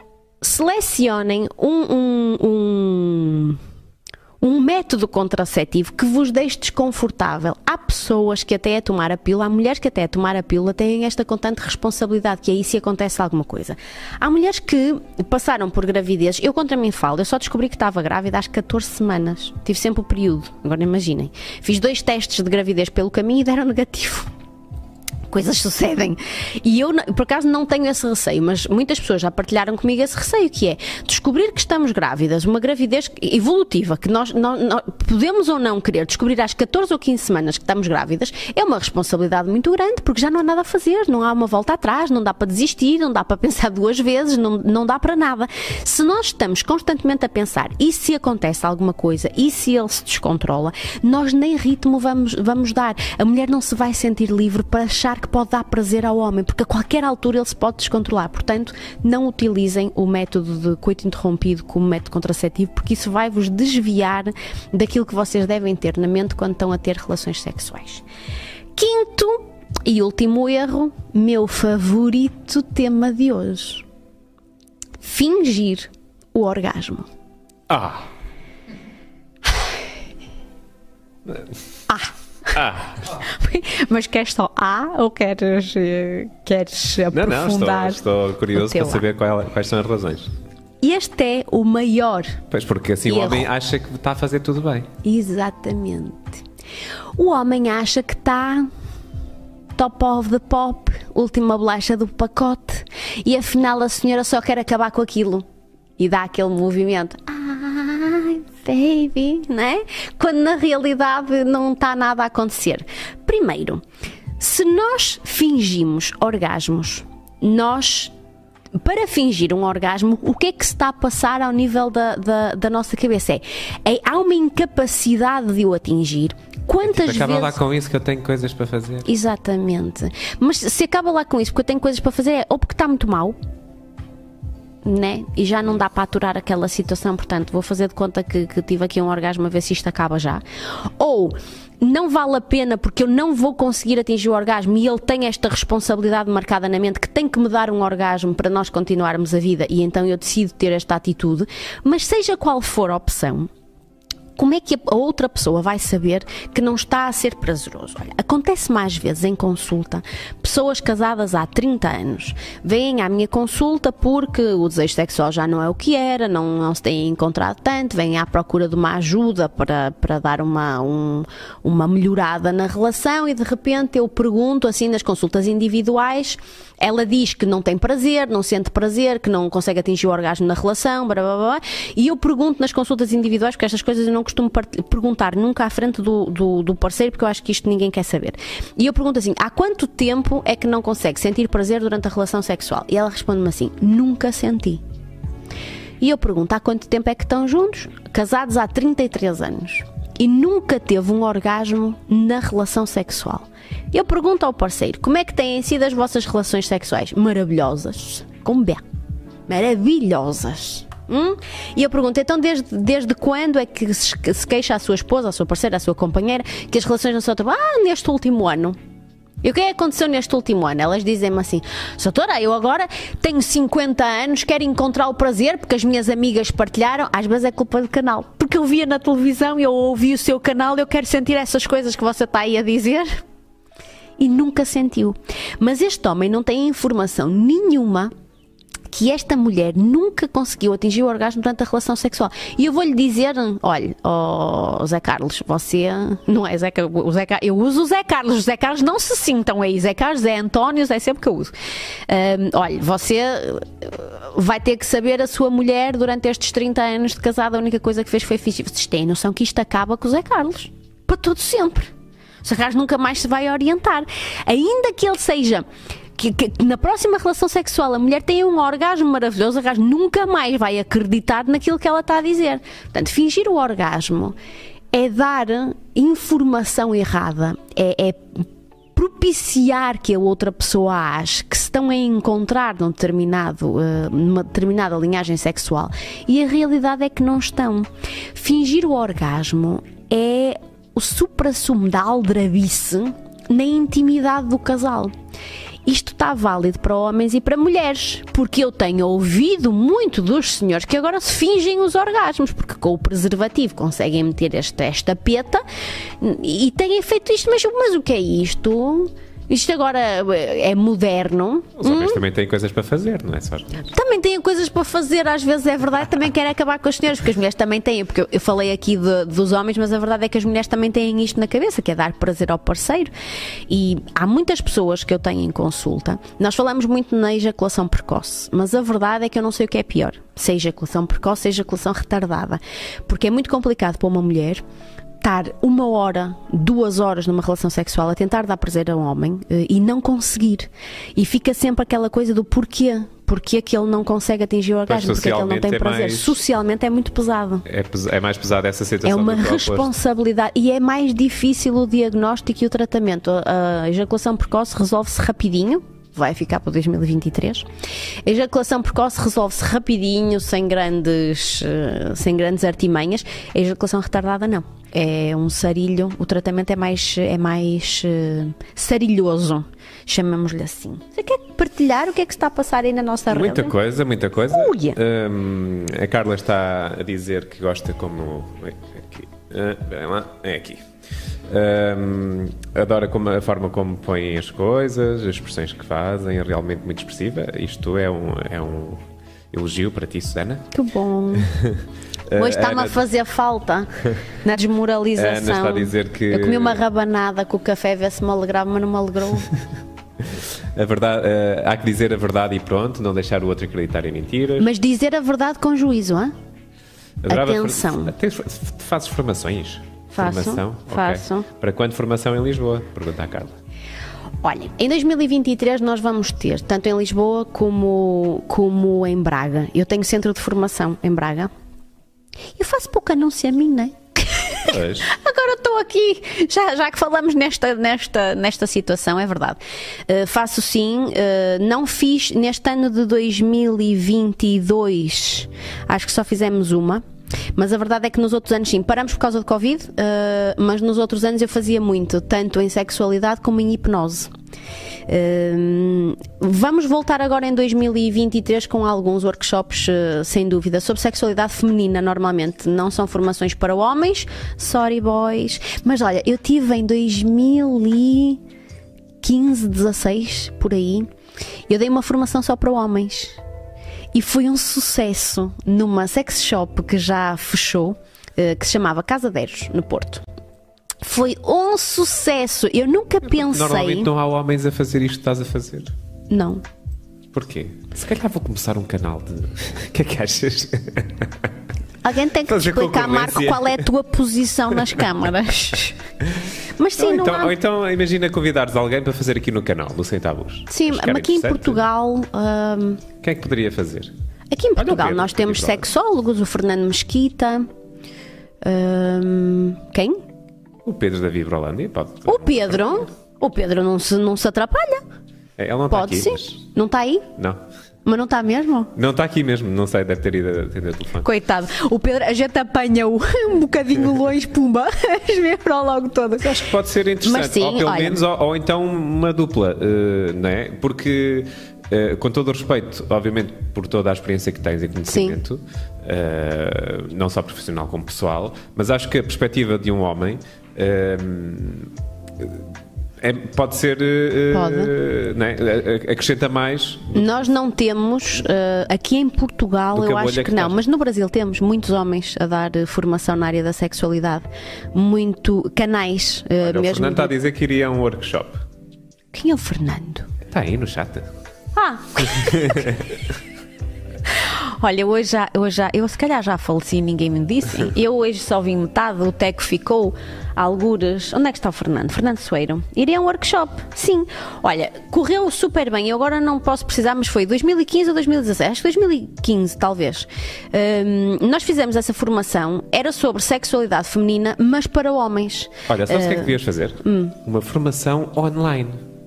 selecionem um, um, um, um método contraceptivo que vos deixe desconfortável. Há pessoas que até a tomar a pílula, há mulheres que até a tomar a pílula têm esta constante responsabilidade, que é aí se acontece alguma coisa. Há mulheres que passaram por gravidez, eu contra mim falo, eu só descobri que estava grávida às catorze semanas, tive sempre o período, agora imaginem. Fiz dois testes de gravidez pelo caminho e deram negativo. Coisas sucedem. E eu, por acaso, não tenho esse receio, mas muitas pessoas já partilharam comigo esse receio, que é descobrir que estamos grávidas, uma gravidez evolutiva, que nós, nós, nós podemos ou não querer descobrir às catorze ou quinze semanas que estamos grávidas, é uma responsabilidade muito grande, porque já não há nada a fazer, não há uma volta atrás, não dá para desistir, não dá para pensar duas vezes, não, não dá para nada. Se nós estamos constantemente a pensar, e se acontece alguma coisa, e se ele se descontrola, nós nem ritmo vamos, vamos dar. A mulher não se vai sentir livre para achar que pode dar prazer ao homem, porque a qualquer altura ele se pode descontrolar. Portanto, não utilizem o método de coito interrompido como método contraceptivo, porque isso vai vos desviar daquilo que vocês devem ter na mente quando estão a ter relações sexuais. Quinto e último erro, meu favorito tema de hoje: fingir o orgasmo. Ah! Ah! Ah. Mas queres só A ou queres, queres aprofundar? Não, não, estou, estou curioso para saber qual, quais são as razões. Este é o maior. Pois, porque assim erro. O homem acha que está a fazer tudo bem. Exatamente. O homem acha que está top of the pop, última bolacha do pacote, e afinal a senhora só quer acabar com aquilo e dá aquele movimento. Ai, baby, não é? Quando na realidade não está nada a acontecer. Primeiro, se nós fingimos orgasmos, nós, para fingir um orgasmo, o que é que se está a passar ao nível da, da, da nossa cabeça? É, é, há uma incapacidade de o atingir. Quantas é tipo, acaba vezes... lá com isso que eu tenho coisas para fazer. Exatamente. Mas se acaba lá com isso porque eu tenho coisas para fazer, é ou porque está muito mal, né? E já não dá para aturar aquela situação, portanto vou fazer de conta que, que tive aqui um orgasmo a ver se isto acaba já, ou não vale a pena porque eu não vou conseguir atingir o orgasmo e ele tem esta responsabilidade marcada na mente que tem que me dar um orgasmo para nós continuarmos a vida, e então eu decido ter esta atitude. Mas seja qual for a opção, como é que a outra pessoa vai saber que não está a ser prazeroso? Olha, acontece mais vezes em consulta, pessoas casadas há trinta anos vêm à minha consulta porque o desejo sexual já não é o que era, não, não se têm encontrado tanto, vêm à procura de uma ajuda para, para dar uma, um, uma melhorada na relação, e de repente eu pergunto assim nas consultas individuais, ela diz que não tem prazer, não sente prazer, que não consegue atingir o orgasmo na relação, blá, blá, blá, e eu pergunto nas consultas individuais, porque estas coisas eu não não costumo perguntar nunca à frente do, do, do parceiro, porque eu acho que isto ninguém quer saber. E eu pergunto assim, há quanto tempo é que não consegue sentir prazer durante a relação sexual? E ela responde-me assim, nunca senti. E eu pergunto, há quanto tempo é que estão juntos? Casados há trinta e três anos. E nunca teve um orgasmo na relação sexual. Eu pergunto ao parceiro, como é que têm sido as vossas relações sexuais? Maravilhosas. Com B. Maravilhosas. Hum? E eu pergunto, então desde, desde quando é que se, se queixa a sua esposa, a sua parceira, a sua companheira, que as relações não são tão... Ah, neste último ano. E o que é que aconteceu neste último ano? Elas dizem-me assim, doutora, eu agora tenho cinquenta anos, quero encontrar o prazer porque as minhas amigas partilharam. Às vezes é culpa do canal, porque eu via na televisão e eu ouvi o seu canal, eu quero sentir essas coisas que você está aí a dizer. E nunca sentiu. Mas este homem não tem informação nenhuma que esta mulher nunca conseguiu atingir o orgasmo durante a relação sexual. E eu vou-lhe dizer, olha, oh, Zé Carlos, você não é Zé Carlos, o Zé, eu uso o Zé Carlos, os Zé Carlos não se sintam aí, Zé Carlos, Zé António, Zé sempre que eu uso. Um, olha, você vai ter que saber a sua mulher durante estes trinta anos de casada, a única coisa que fez foi fingir. Vocês têm noção que isto acaba com o Zé Carlos, para todo sempre. O Zé Carlos nunca mais se vai orientar. Ainda que ele seja... Que, que na próxima relação sexual a mulher tem um orgasmo maravilhoso, o orgasmo nunca mais vai acreditar naquilo que ela está a dizer. Portanto, fingir o orgasmo é dar informação errada, é, é propiciar que a outra pessoa ache que se estão a encontrar num determinado, uh, numa determinada linhagem sexual e a realidade é que não estão. Fingir o orgasmo é o suprassumo da aldrabice na intimidade do casal. Isto está válido para homens e para mulheres, porque eu tenho ouvido muito dos senhores que agora se fingem os orgasmos, porque com o preservativo conseguem meter esta, esta peta e têm feito isto, mas, mas o que é isto? Isto agora é moderno. Os homens hum? também têm coisas para fazer, não é só? Também têm coisas para fazer, às vezes é verdade, também querem acabar com as senhoras, porque as mulheres também têm, porque eu, eu falei aqui de, dos homens, mas a verdade é que as mulheres também têm isto na cabeça, que é dar prazer ao parceiro. E há muitas pessoas que eu tenho em consulta, nós falamos muito na ejaculação precoce, mas a verdade é que eu não sei o que é pior, se é ejaculação precoce ou ejaculação retardada, porque é muito complicado para uma mulher estar uma hora, duas horas numa relação sexual a tentar dar prazer a um homem e não conseguir. E fica sempre aquela coisa do porquê. Porquê que ele não consegue atingir o orgasmo? Porquê que ele não tem é prazer? Mais... Socialmente é muito pesado. É, é mais pesado essa situação. É uma do que responsabilidade e é mais difícil o diagnóstico e o tratamento. A ejaculação precoce resolve-se rapidinho. Vai ficar para dois mil e vinte e três. A ejaculação precoce resolve-se rapidinho, sem grandes, sem grandes artimanhas. A ejaculação retardada não. É um sarilho, o tratamento é mais, é mais uh, sarilhoso, chamamos-lhe assim. Você quer partilhar o que é que está a passar aí na nossa rede? Muita coisa, muita coisa. Uia. Um, a Carla está a dizer que gosta como... Aqui. Uh, lá, é aqui. Um, adora como, a forma como põem as coisas, as expressões que fazem, é realmente muito expressiva. Isto é um, é um elogio para ti, Susana. Que bom. Hoje está-me Ana... a fazer falta na desmoralização. Ana está a dizer que... Eu comi uma rabanada com o café, vê se me alegrava, mas não me alegrou. A verdade, uh, há que dizer a verdade e pronto, não deixar o outro acreditar em mentiras. Mas dizer a verdade com juízo, hein? Atenção. For... Fazes formações? Faço, formação? faço. Okay. Para quando formação em Lisboa? Pergunta à Carla. Olha, em dois mil e vinte e três nós vamos ter, tanto em Lisboa como, como em Braga. Eu tenho centro de formação em Braga. Eu faço pouco anúncio a mim, não é? Pois. Agora estou aqui, já, já que falamos nesta, nesta, nesta situação, é verdade. Uh, faço sim, uh, não fiz neste ano de dois mil e vinte e dois, acho que só fizemos uma. Mas a verdade é que nos outros anos sim, paramos por causa do Covid, uh, mas nos outros anos eu fazia muito, tanto em sexualidade como em hipnose. Uh, vamos voltar agora em dois mil e vinte e três com alguns workshops, uh, sem dúvida, sobre sexualidade feminina. Normalmente não são formações para homens, sorry boys, mas olha, eu tive em dois mil e quinze, dezasseis, por aí, eu dei uma formação só para homens. E foi um sucesso numa sex shop que já fechou, que se chamava Casa Deros, no Porto. Foi um sucesso. Eu nunca pensei... Normalmente não há homens a fazer isto que estás a fazer. Não. Porquê? Se calhar vou começar um canal de... O que é que achas? Alguém tem que te Fazer explicar, Marco, concorrência. qual é a tua posição nas câmaras. Mas sim, ou, não então, há... ou então imagina convidares alguém para fazer aqui no canal do Sem Tabus. Sim, Acho que era mas aqui em interessante. Portugal... hum, Quem é que poderia fazer? Aqui em Portugal Pedro, nós temos Big Brother. sexólogos, o Fernando Mesquita. hum, quem? O Pedro da Vibrolândia pode. O Pedro. O Pedro não se, não se atrapalha. É, ele não está Pode aqui. sim. Mas... Não está aí? Não. Mas não está mesmo? Não está aqui mesmo, não sei, deve ter ido atender o telefone. Coitado. O Pedro, a gente apanha-o um bocadinho longe, pumba, esmefra logo todo. Acho que pode ser interessante, Mas sim, ou pelo olha- menos, ou, ou então uma dupla, eh, não é? Porque, eh, com todo o respeito, obviamente, por toda a experiência que tens e conhecimento, eh, não só profissional como pessoal, mas acho que a perspectiva de um homem eh, é- pode ser, eh, Pode. não é? Acrescenta mais. Nós não temos, eh, aqui em Portugal, Do que eu a acho bolha que que não, estás. mas no Brasil temos muitos homens a dar eh, formação na área da sexualidade. Muito canais, eh, Olha, o mesmo. Fernando está a de- dizer que iria a um workshop. Quem é o Fernando? Está aí no chat. Ah! Olha, hoje já, hoje já, eu se calhar já faleci e ninguém me disse. Eu hoje só vim metade, o Teco ficou, algures. Onde é que está o Fernando? Fernando Soeiro. Iria a um workshop, sim. Olha, correu super bem. Eu agora não posso precisar, mas foi dois mil e quinze ou dois mil e dezasseis? Acho que dois mil e quinze, talvez. Hum, nós fizemos essa formação, era sobre sexualidade feminina, mas para homens. Olha, sabes o que é que Eh, devias fazer? hum. Uma formação online.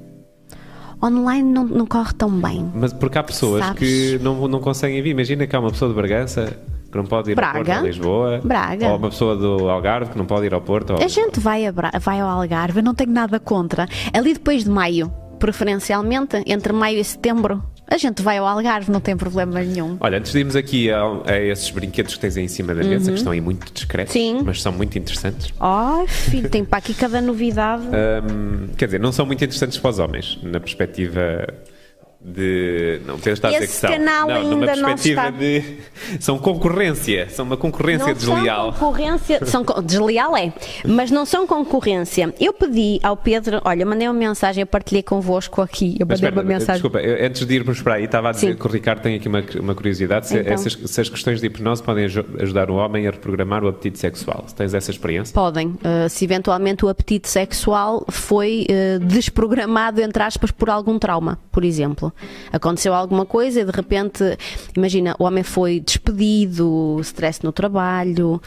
Online não, não corre tão bem. Mas porque há pessoas Sabes? que não, não conseguem vir. Imagina que há uma pessoa de Bragança que não pode ir Braga. ao Porto, a Lisboa. Braga. Ou uma pessoa do Algarve que não pode ir ao Porto. Ou... A gente vai, a Bra- vai ao Algarve, eu não tenho nada contra. Ali depois de maio, preferencialmente, entre maio e setembro, a gente vai ao Algarve, não tem problema nenhum. Olha, antes de irmos aqui a, a esses brinquedos que tens aí em cima da mesa, que estão aí muito discretos, Uhum. Sim. mas são muito interessantes. Ai, filho, tem para aqui cada novidade. Hum, quer dizer, não são muito interessantes para os homens, na perspectiva de. Não, Pedro está a dizer que Esse são. canal não, numa ainda não perspectiva está. de. São concorrência, são uma concorrência Não desleal. são concorrência, são co- desleal é, mas não são concorrência. Eu pedi ao Pedro, olha, eu mandei uma mensagem, eu partilhei convosco aqui, eu Mas mandei espera, uma mensagem. desculpa, eu- antes de irmos para aí, estava a dizer Sim. que o Ricardo tem aqui uma, uma curiosidade: se, Então. essas, se as questões de hipnose podem aju- ajudar o homem a reprogramar o apetite sexual. Se tens essa experiência? Podem, uh, se eventualmente o apetite sexual foi uh, desprogramado, entre aspas, por algum trauma, por exemplo. Aconteceu alguma coisa e de repente, imagina, o homem foi despedido, stress no trabalho,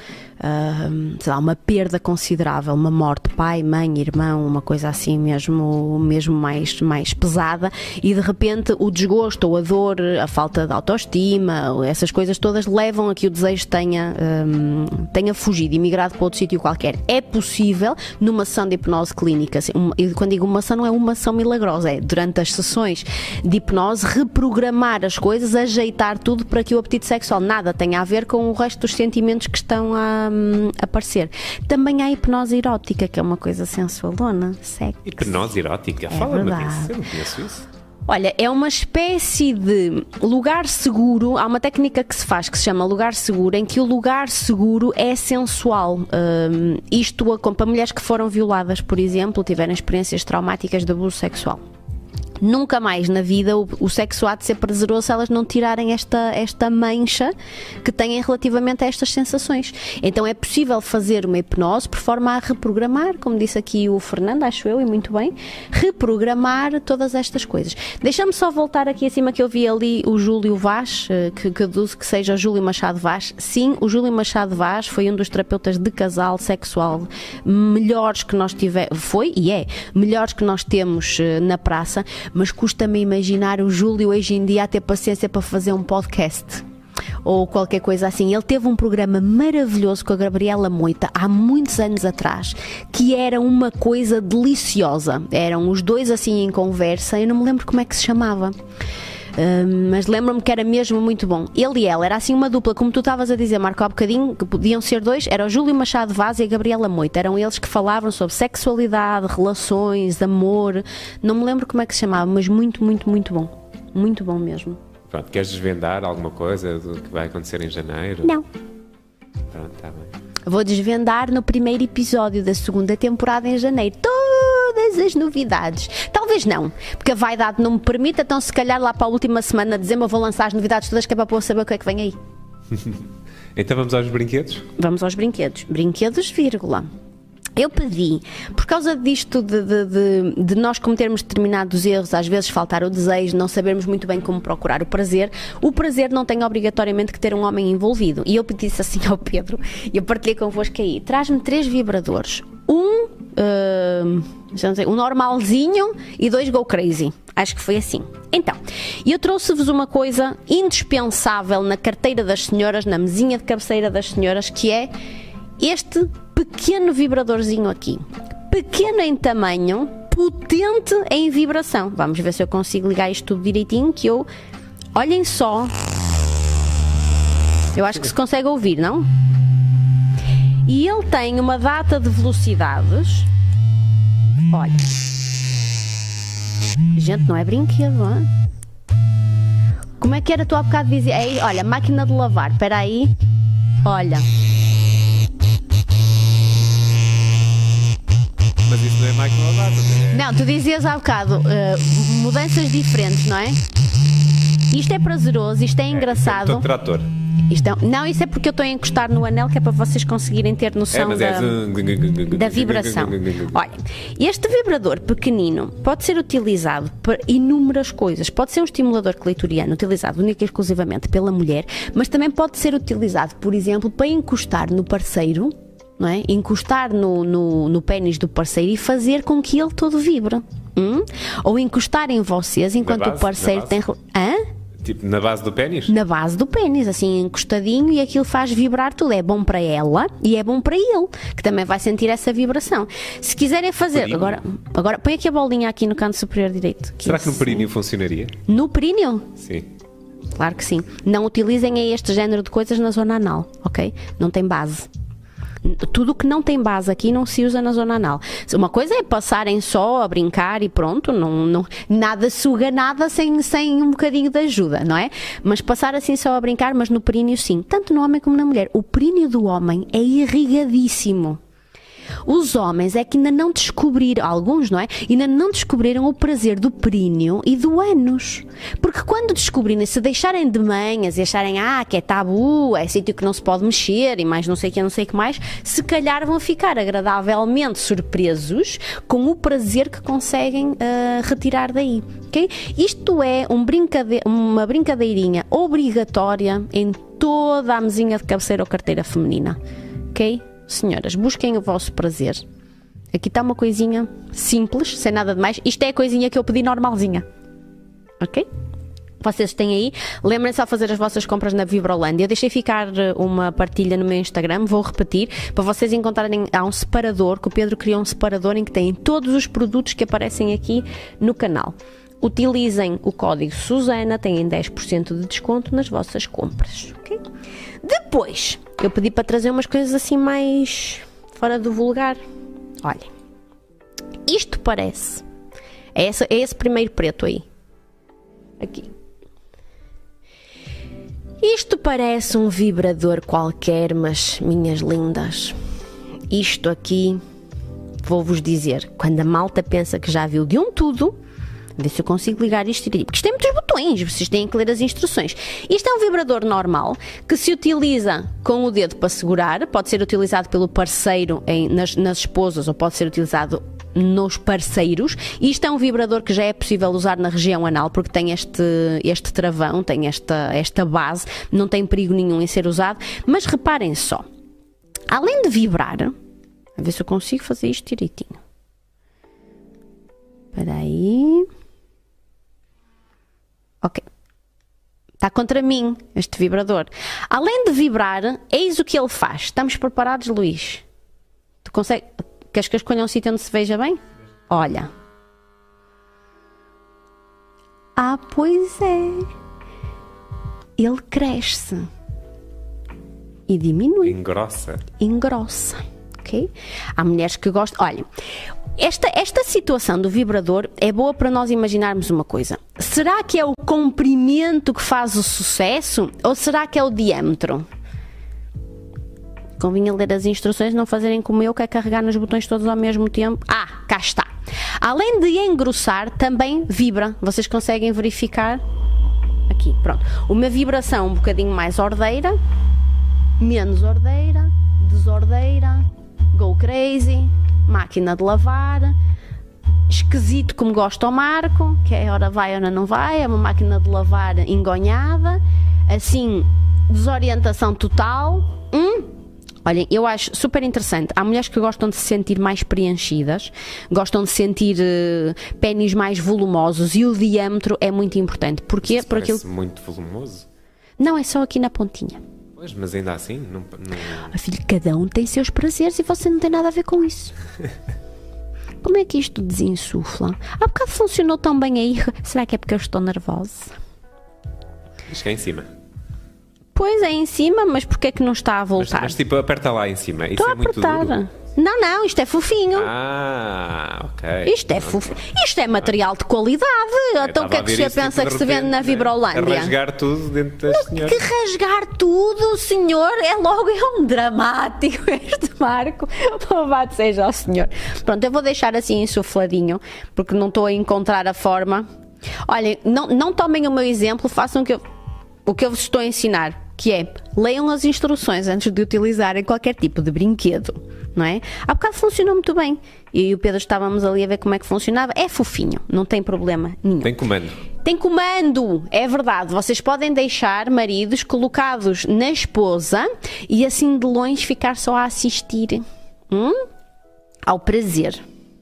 uh, sei lá, uma perda considerável, uma morte, pai, mãe, irmão, uma coisa assim mesmo, mesmo mais, mais pesada, e de repente o desgosto ou a dor, a falta de autoestima, essas coisas todas levam a que o desejo tenha, hum, tenha fugido e migrado para outro sítio qualquer. É possível numa sessão de hipnose clínica, assim, uma- e quando digo uma ação, não é uma ação milagrosa, é durante as sessões de hipnose reprogramar as coisas, ajeitar tudo para que o apetite sexual nada tenha a ver com o resto dos sentimentos que estão a hum, aparecer. Também há a hipnose erótica, que é uma coisa sensualona, sexy. Hipnose erótica? É Fala-me verdade. disso. Eu não conheço isso. Olha, é uma espécie de lugar seguro. Há uma técnica que se faz que se chama lugar seguro, em que o lugar seguro é sensual. Hum, isto a- para mulheres que foram violadas, por exemplo, tiveram experiências traumáticas de abuso sexual. Nunca mais na vida o, o sexo há de ser prazeroso se elas não tirarem esta, esta mancha que têm relativamente a estas sensações. Então é possível fazer uma hipnose por forma a reprogramar, como disse aqui o Fernando, acho eu, e muito bem, reprogramar todas estas coisas. Deixa-me só voltar aqui acima que eu vi ali o Júlio Vaz, eh, que, que deduzo que seja Júlio Machado Vaz. Sim, o Júlio Machado Vaz foi um dos terapeutas de casal sexual melhores que nós tivemos, foi e é, melhores que nós temos eh, na praça. Mas custa-me imaginar o Júlio hoje em dia a ter paciência para fazer um podcast ou qualquer coisa assim. Ele teve um programa maravilhoso com a Gabriela Moita há muitos anos atrás, que era uma coisa deliciosa. Eram os dois assim em conversa, eu não me lembro como é que se chamava. Hum, mas lembro-me que era mesmo muito bom. Ele e ela, era assim uma dupla, como tu estavas a dizer, Marco, há bocadinho, que podiam ser dois, era o Júlio Machado Vaz e a Gabriela Moita. Eram eles que falavam sobre sexualidade, relações, amor. Não me lembro como é que se chamava, mas muito, muito, muito bom. Muito bom mesmo. Pronto, queres desvendar alguma coisa do que vai acontecer em janeiro? Não. Pronto, está bem. Vou desvendar no primeiro episódio da segunda temporada em janeiro todas as novidades. Talvez não, porque a vaidade não me permite, então se calhar lá para a última semana de dezembro eu vou lançar as novidades todas, que é para eu saber o que é que vem aí. Então vamos aos brinquedos? Vamos aos brinquedos. Brinquedos, vírgula. Eu pedi, por causa disto de, de, de, de nós cometermos determinados erros, às vezes faltar o desejo, não sabermos muito bem como procurar o prazer, o prazer não tem obrigatoriamente que ter um homem envolvido. E eu pedi assim ao Pedro, e eu partilhei convosco aí, traz-me três vibradores. Um, uh, sei, um normalzinho e dois go crazy. Acho que foi assim. Então, eu trouxe-vos uma coisa indispensável na carteira das senhoras, na mesinha de cabeceira das senhoras, que é este pequeno vibradorzinho aqui. Pequeno em tamanho, potente em vibração. Vamos ver se eu consigo ligar isto tudo direitinho, que eu... Olhem só. Eu acho que se consegue ouvir, não? E ele tem uma data de velocidades. Olha. Gente, não é brinquedo, hein? Como é que era tu há bocado dizer? Ei, olha, máquina de lavar. Espera aí. Olha. Mas isso não é máquina de lavar, é... Não, tu dizias há bocado uh, mudanças diferentes, não é? Isto é prazeroso, isto é engraçado. É, é trator. Isto é, não, isso é porque eu estou a encostar no anel, que é para vocês conseguirem ter noção é, da, é... da vibração. Olha, este vibrador pequenino pode ser utilizado para inúmeras coisas. Pode ser um estimulador clitoriano utilizado única e exclusivamente pela mulher, mas também pode ser utilizado, por exemplo, para encostar no parceiro, não é? Encostar no, no, no pénis do parceiro e fazer com que ele todo vibre. Hum? Ou encostar em vocês enquanto base, o parceiro tem... Hã? Tipo, na base do pénis? Na base do pénis, assim, encostadinho, e aquilo faz vibrar tudo. É bom para ela e é bom para ele, que também vai sentir essa vibração. Se quiserem fazer... Agora, agora põe aqui a bolinha aqui no canto superior direito. Que Será que no períneo funcionaria? No períneo? Sim. Claro que sim. Não utilizem este género de coisas na zona anal, ok? Não tem base. Tudo que não tem base aqui não se usa na zona anal. Uma coisa é passarem só a brincar e pronto, não, não, nada suga nada sem, sem um bocadinho de ajuda, não é? Mas passar assim só a brincar, mas no períneo sim, tanto no homem como na mulher. O períneo do homem é irrigadíssimo. Os homens é que ainda não descobriram, alguns, não é? Ainda não descobriram o prazer do períneo e do ânus. Porque quando descobrirem, se deixarem de manhas e acharem, ah, que é tabu, é sítio que não se pode mexer e mais não sei o que, não sei o que mais, se calhar vão ficar agradavelmente surpresos com o prazer que conseguem uh, retirar daí, ok? Isto é um brincade- uma brincadeirinha obrigatória em toda a mesinha de cabeceira ou carteira feminina, ok? Senhoras, busquem o vosso prazer. Aqui está uma coisinha simples, sem nada de mais. Isto é a coisinha que eu pedi normalzinha. Ok? Vocês têm aí. Lembrem-se ao fazer as vossas compras na Vibrolândia. Eu deixei ficar uma partilha no meu Instagram. Vou repetir. Para vocês encontrarem, há um separador, que o Pedro criou um separador em que tem todos os produtos que aparecem aqui no canal. Utilizem o código Susana, têm dez por cento de desconto nas vossas compras. Ok? Depois, eu pedi para trazer umas coisas assim mais fora do vulgar. Olhem, isto parece, é esse, é esse primeiro preto aí, aqui. Isto parece um vibrador qualquer, mas, minhas lindas, isto aqui, vou-vos dizer, quando a malta pensa que já viu de um tudo, ver se eu consigo ligar isto, porque isto tem muitos botões, vocês têm que ler as instruções. Isto é um vibrador normal, que se utiliza com o dedo para segurar, pode ser utilizado pelo parceiro em, nas, nas esposas, ou pode ser utilizado nos parceiros. Isto é um vibrador que já é possível usar na região anal, porque tem este, este travão, tem esta, esta base, não tem perigo nenhum em ser usado, mas reparem só, além de vibrar, a ver se eu consigo fazer isto direitinho. Espera aí... Ok. Está contra mim este vibrador. Além de vibrar, eis o que ele faz. Estamos preparados, Luís? Tu consegue... Queres que eu escolha um sítio onde se veja bem? Olha. Ah, pois é. Ele cresce. E diminui. Engrossa. Engrossa. Ok? Há mulheres que gostam... Olha... Esta, esta situação do vibrador é boa para nós imaginarmos uma coisa. Será que é o comprimento que faz o sucesso? Ou será que é o diâmetro? Convinha ler as instruções, não fazerem como eu, que é carregar nos botões todos ao mesmo tempo. Ah, cá está. Além de engrossar, também vibra. Vocês conseguem verificar? Aqui, pronto. Uma vibração um bocadinho mais ordeira. menos ordeira, desordeira, go crazy, máquina de lavar, esquisito como gosta o Marco, que é hora vai, hora não vai, é uma máquina de lavar engonhada, assim, desorientação total. Hum? Olhem, eu acho super interessante. Há mulheres que gostam de se sentir mais preenchidas, gostam de sentir uh, pénis mais volumosos, e o diâmetro é muito importante. Porquê? Isso Por parece aquilo... muito volumoso. Não, é só aqui na pontinha. Pois, mas ainda assim, não... não... Ah, filho, cada um tem seus prazeres e você não tem nada a ver com isso. Como é que isto desinsufla? Há bocado funcionou tão bem aí. Será que é porque eu estou nervosa? Diz que é em cima. Pois é em cima, mas porquê é que não está a Mas, voltar? mas tipo, aperta lá em cima. Isso Estou é a muito apertar. duro. Não, não, isto é fofinho. Ah, ok. Isto é fofinho. Isto é material de qualidade. Então o que é que o senhor pensa que se vende na Vibrolândia? A rasgar tudo dentro das senhoras. Que rasgar tudo, senhor, é logo é um dramático este Marco. Louvado seja o senhor. Pronto, eu vou deixar assim insufladinho, porque não estou a encontrar a forma. Olhem, não, não tomem o meu exemplo, façam o que eu, o que eu vos estou a ensinar, que é, leiam as instruções antes de utilizarem qualquer tipo de brinquedo, não é? Há bocado funcionou muito bem. Eu e o Pedro estávamos ali a ver como é que funcionava. É fofinho, não tem problema nenhum. Tem comando. Tem comando, é verdade. Vocês podem deixar maridos colocados na esposa e assim de longe ficar só a assistir hum? ao prazer.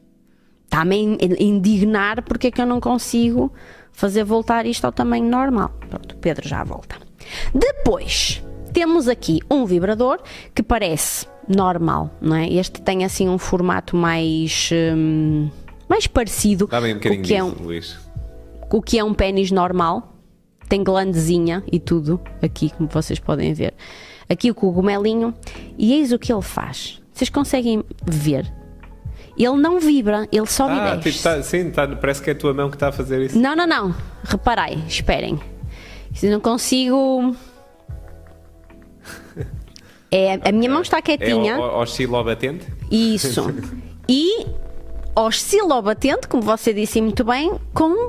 Está-me a indignar porque é que eu não consigo fazer voltar isto ao tamanho normal. Pronto, o Pedro já volta. Depois, temos aqui um vibrador que parece normal, não é? Este tem assim um formato mais, hum, mais parecido Dá bem um com o que é um, disso, Luís. o que é um pénis normal. Tem glandezinha e tudo aqui, como vocês podem ver. Aqui o cogumelinho. E eis o que ele faz. Vocês conseguem ver? Ele não vibra, ele só Ah, mexe. tipo, tá, sim, tá, parece que é a tua mão que está a fazer isso. Não, não, não. Reparei, esperem. Se não consigo... É, a minha mão está quietinha. É o, o, oscilobatente? Isso. E oscilobatente, como você disse muito bem, com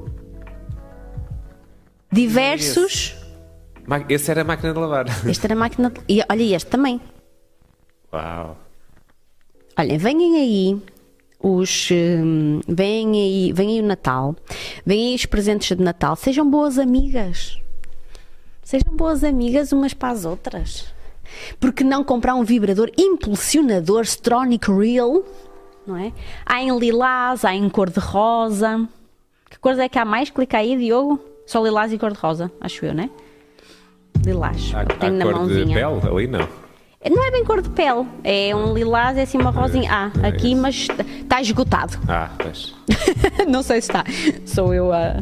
diversos... Ma- Esse era a máquina de lavar. Esta era a máquina... de- E olha este também. Uau. Olhem, venham aí os... hum, Vêm aí, vem aí o Natal. Vêm aí os presentes de Natal. Sejam boas amigas. Sejam boas amigas umas para as outras. Porque não comprar um vibrador impulsionador Stronic Real, não é? Há em lilás, há em cor-de-rosa. Que cores é que há mais? Clica aí, Diogo. Só lilás e cor-de-rosa, acho eu, não é? Lilás. Há, há Tenho na cor mãozinha. de pele? Ali não. Não é bem cor de pele, é um lilás, é assim uma rosinha. Ah, É aqui, isso. mas está esgotado. Ah, pois. Não sei se está. Sou eu a.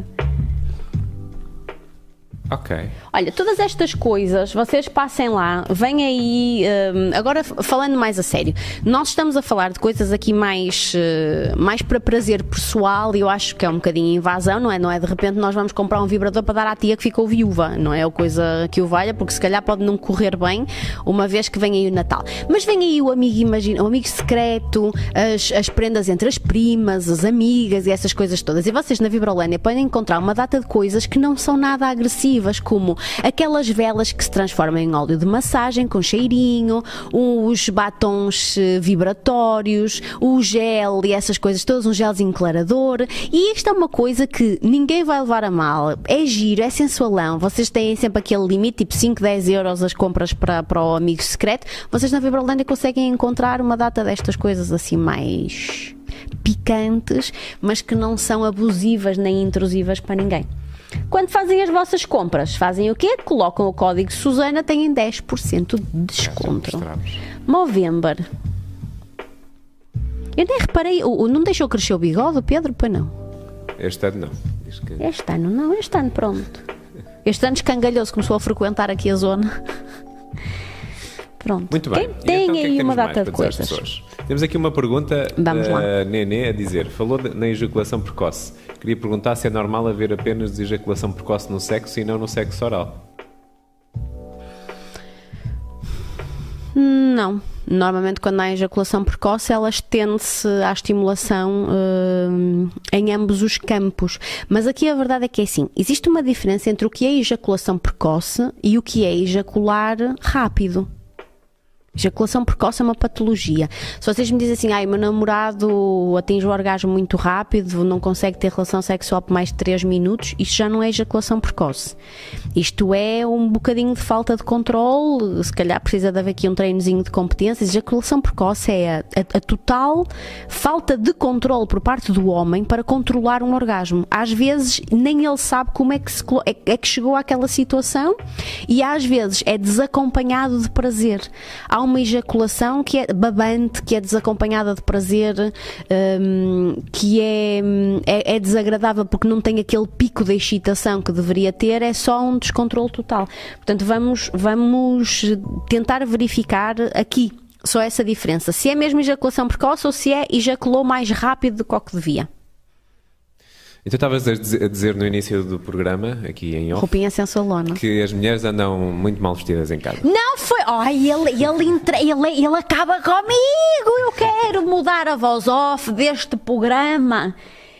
Ok. Olha, todas estas coisas, vocês passem lá, vêm aí, hum, agora f- falando mais a sério, nós estamos a falar de coisas aqui mais, uh, mais para prazer pessoal, e eu acho que é um bocadinho invasão, não é? Não é de repente nós vamos comprar um vibrador para dar à tia que ficou viúva, não é? Ou coisa que o valha, porque se calhar pode não correr bem, uma vez que vem aí o Natal. Mas vem aí o amigo imagina, o amigo secreto, as, as prendas entre as primas, as amigas e essas coisas todas. E vocês na Vibrolândia podem encontrar uma data de coisas que não são nada agressivas, como aquelas velas que se transformam em óleo de massagem com cheirinho, os batons eh, vibratórios, o gel e essas coisas todas, um gelzinho clarador. E isto é uma coisa que ninguém vai levar a mal, é giro, é sensualão. Vocês têm sempre aquele limite, tipo cinco, dez euros as compras para, para o amigo secreto. Vocês na Vibrolândia conseguem encontrar uma data destas coisas assim mais picantes, mas que não são abusivas nem intrusivas para ninguém. Quando fazem as vossas compras, fazem o quê? Colocam o código Susana, têm dez por cento de desconto. Já mostramos. Movember. Eu nem reparei, o- o- não deixou crescer o bigode, o Pedro? Pois não. Este ano não. Diz que... Este ano não, este ano pronto. Este ano escangalhou-se, começou a frequentar aqui a zona. Pronto. Muito bem. Quem E tem então, o que é que aí temos uma mais data de para dizer às coisas. pessoas? Temos aqui uma pergunta Vamos lá. da Nenê a dizer: falou de- na ejaculação precoce. Queria perguntar se é normal haver apenas ejaculação precoce no sexo e não no sexo oral. Não. Normalmente, quando há ejaculação precoce, ela estende-se à estimulação hum, em ambos os campos. Mas aqui a verdade é que é assim: existe uma diferença entre o que é ejaculação precoce e o que é ejacular rápido. Ejaculação precoce é uma patologia. Se vocês me dizem assim, ai, meu namorado atinge o orgasmo muito rápido, não consegue ter relação sexual por mais de três minutos, isto já não é ejaculação precoce. Isto é um bocadinho de falta de controle, se calhar precisa de haver aqui um treinozinho de competências. Ejaculação precoce é a, a, a total falta de controle por parte do homem para controlar um orgasmo. Às vezes nem ele sabe como é que, se, é, é que chegou àquela situação e às vezes é desacompanhado de prazer. Há uma ejaculação que é babante, que é desacompanhada de prazer, um, que é, é, é desagradável porque não tem aquele pico de excitação que deveria ter, é só um descontrole total. Portanto, vamos, vamos tentar verificar aqui só essa diferença, se é mesmo ejaculação precoce ou se é ejaculou mais rápido do que o que devia. Então estavas a dizer no início do programa, aqui em off, roupinha sensualona, que as mulheres andam muito mal vestidas em casa. Não foi... Ai, ele, ele, entra, ele, ele acaba comigo. Eu quero mudar a voz off deste programa.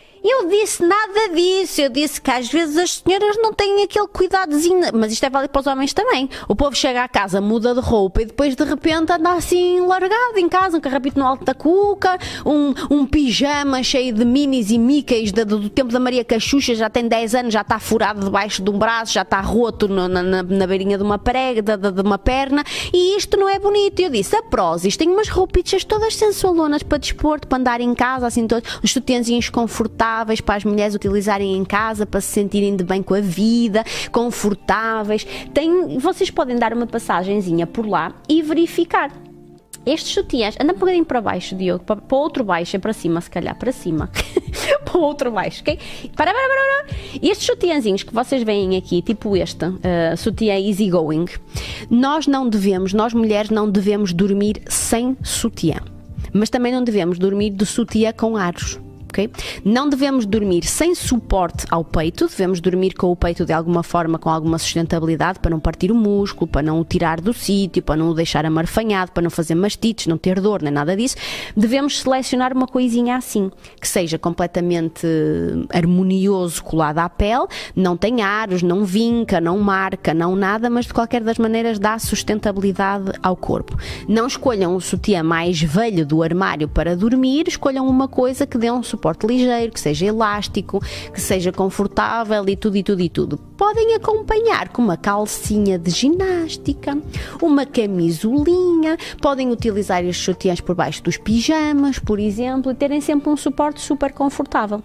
Eu disse nada disso, eu disse que às vezes as senhoras não têm aquele cuidadozinho, mas isto é válido para os homens também. O povo chega à casa, muda de roupa e depois de repente anda assim largado em casa, um carrapito no alto da cuca, um, um pijama cheio de minis e mickeys do, do tempo da Maria Cachucha, já tem dez anos, já está furado debaixo de um braço, já está roto no, na, na, na beirinha de uma, prega, de, de uma perna, e isto não é bonito. Eu disse, a Prozis tem umas roupitas todas sensualonas para desporto, para andar em casa, assim, todos, uns sutiãzinhos confortáveis, para as mulheres utilizarem em casa, para se sentirem de bem com a vida, confortáveis. Tem, vocês podem dar uma passagenzinha por lá e verificar. Estes sutiãs, anda um bocadinho para baixo, Diogo, para, para outro baixo, é para cima, se calhar, para cima. Para outro baixo, ok? Para, para, para, para. Estes sutiãzinhos que vocês veem aqui, tipo este, uh, sutiã easy going, nós não devemos, nós mulheres não devemos dormir sem sutiã. Mas também não devemos dormir de sutiã com aros. Okay? Não devemos dormir sem suporte ao peito, devemos dormir com o peito de alguma forma, com alguma sustentabilidade, para não partir o músculo, para não o tirar do sítio, para não o deixar amarfanhado, para não fazer mastites, não ter dor, nem nada disso. Devemos selecionar uma coisinha assim, que seja completamente harmonioso, colado à pele, não tem aros, não vinca, não marca, não nada, mas de qualquer das maneiras dá sustentabilidade ao corpo. Não escolham o sutiã mais velho do armário para dormir, escolham uma coisa que dê um suporte ligeiro, que seja elástico, que seja confortável e tudo e tudo e tudo. Podem acompanhar com uma calcinha de ginástica, uma camisolinha, podem utilizar estes sutiãs por baixo dos pijamas, por exemplo, e terem sempre um suporte super confortável.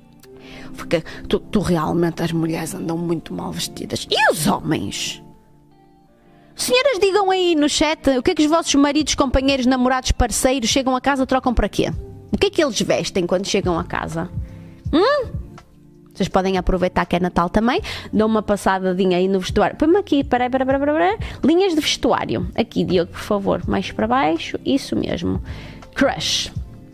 Porque tu, tu realmente, as mulheres andam muito mal vestidas. E os homens? Senhoras, digam aí no chat o que é que os vossos maridos, companheiros, namorados, parceiros chegam a casa, trocam para quê? O que é que eles vestem quando chegam a casa? Hum? Vocês podem aproveitar que é Natal também. Dão uma passadinha aí no vestuário. Põe-me aqui, peraí, peraí, peraí, peraí. Linhas de vestuário. Aqui, Diogo, por favor. Mais para baixo. Isso mesmo. Crush.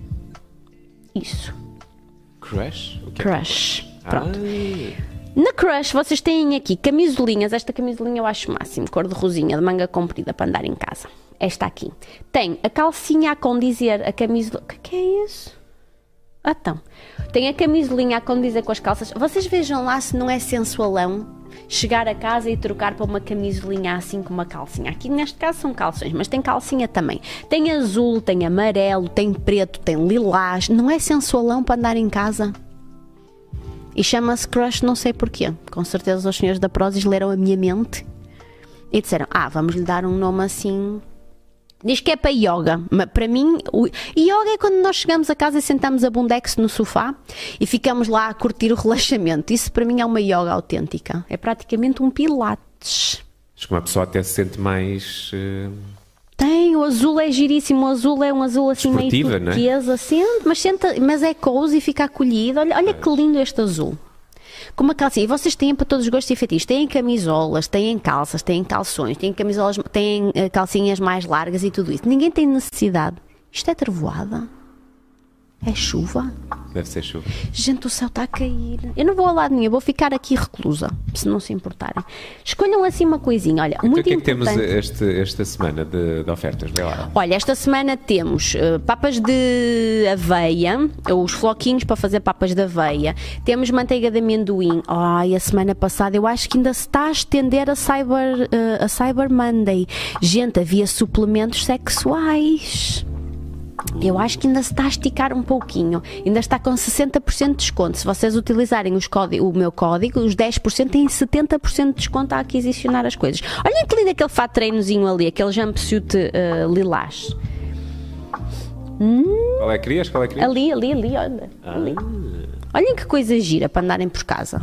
Isso. Crush? O que Crush. É? Pronto. Ah. Na Crush, vocês têm aqui camisolinhas. Esta camisolinha eu acho máximo. Cor de rosinha, de manga comprida, para andar em casa. Esta aqui. Tem a calcinha a condizer, a camisola... O que, que é isso? Ah, então. Tem a camisolinha a condizer com as calças. Vocês vejam lá se não é sensualão chegar a casa e trocar para uma camisolinha assim com uma calcinha. Aqui neste caso são calções, mas tem calcinha também. Tem azul, tem amarelo, tem preto, tem lilás. Não é sensualão para andar em casa? E chama-se Crush, não sei porquê. Com certeza os senhores da Prozis leram a minha mente e disseram, ah, vamos lhe dar um nome assim... Diz que é para yoga, mas para mim, o yoga é quando nós chegamos a casa e sentamos a bundex no sofá e ficamos lá a curtir o relaxamento. Isso para mim é uma yoga autêntica, é praticamente um pilates. Acho que uma pessoa até se sente mais... Uh... Tem, o azul é giríssimo, o azul é um azul assim meio turquesa, assim, mas, senta, mas é cozy e fica acolhido. Olha, olha que lindo este azul. Com uma calcinha, e vocês têm para todos os gostos e feitiços, têm camisolas, têm calças, têm calções, têm camisolas, têm calcinhas mais largas e tudo isso. Ninguém tem necessidade. Isto é trevoada. É chuva? Deve ser chuva. Gente, o céu está a cair. Eu não vou a lado nenhum, eu vou ficar aqui reclusa, se não se importarem. Escolham assim uma coisinha, olha, Então, muito o que é que importante. temos este, esta semana de, de ofertas? Vê lá. Olha, esta semana temos uh, papas de aveia, os floquinhos para fazer papas de aveia. Temos manteiga de amendoim. Ai, a semana passada eu acho que ainda se está a estender a Cyber, uh, a Cyber Monday. Gente, havia suplementos sexuais. Eu acho que ainda se está a esticar um pouquinho. Ainda está com sessenta por cento de desconto. Se vocês utilizarem os código, o meu código, os dez por cento têm setenta por cento de desconto a aquisicionar as coisas. Olhem que lindo aquele fato treinozinho ali, aquele jumpsuit uh, lilás. Hum, Qual é que querias? Qual é que querias? ali, ali, ali, olha. Ah. Ali. Olhem que coisa gira para andarem por casa.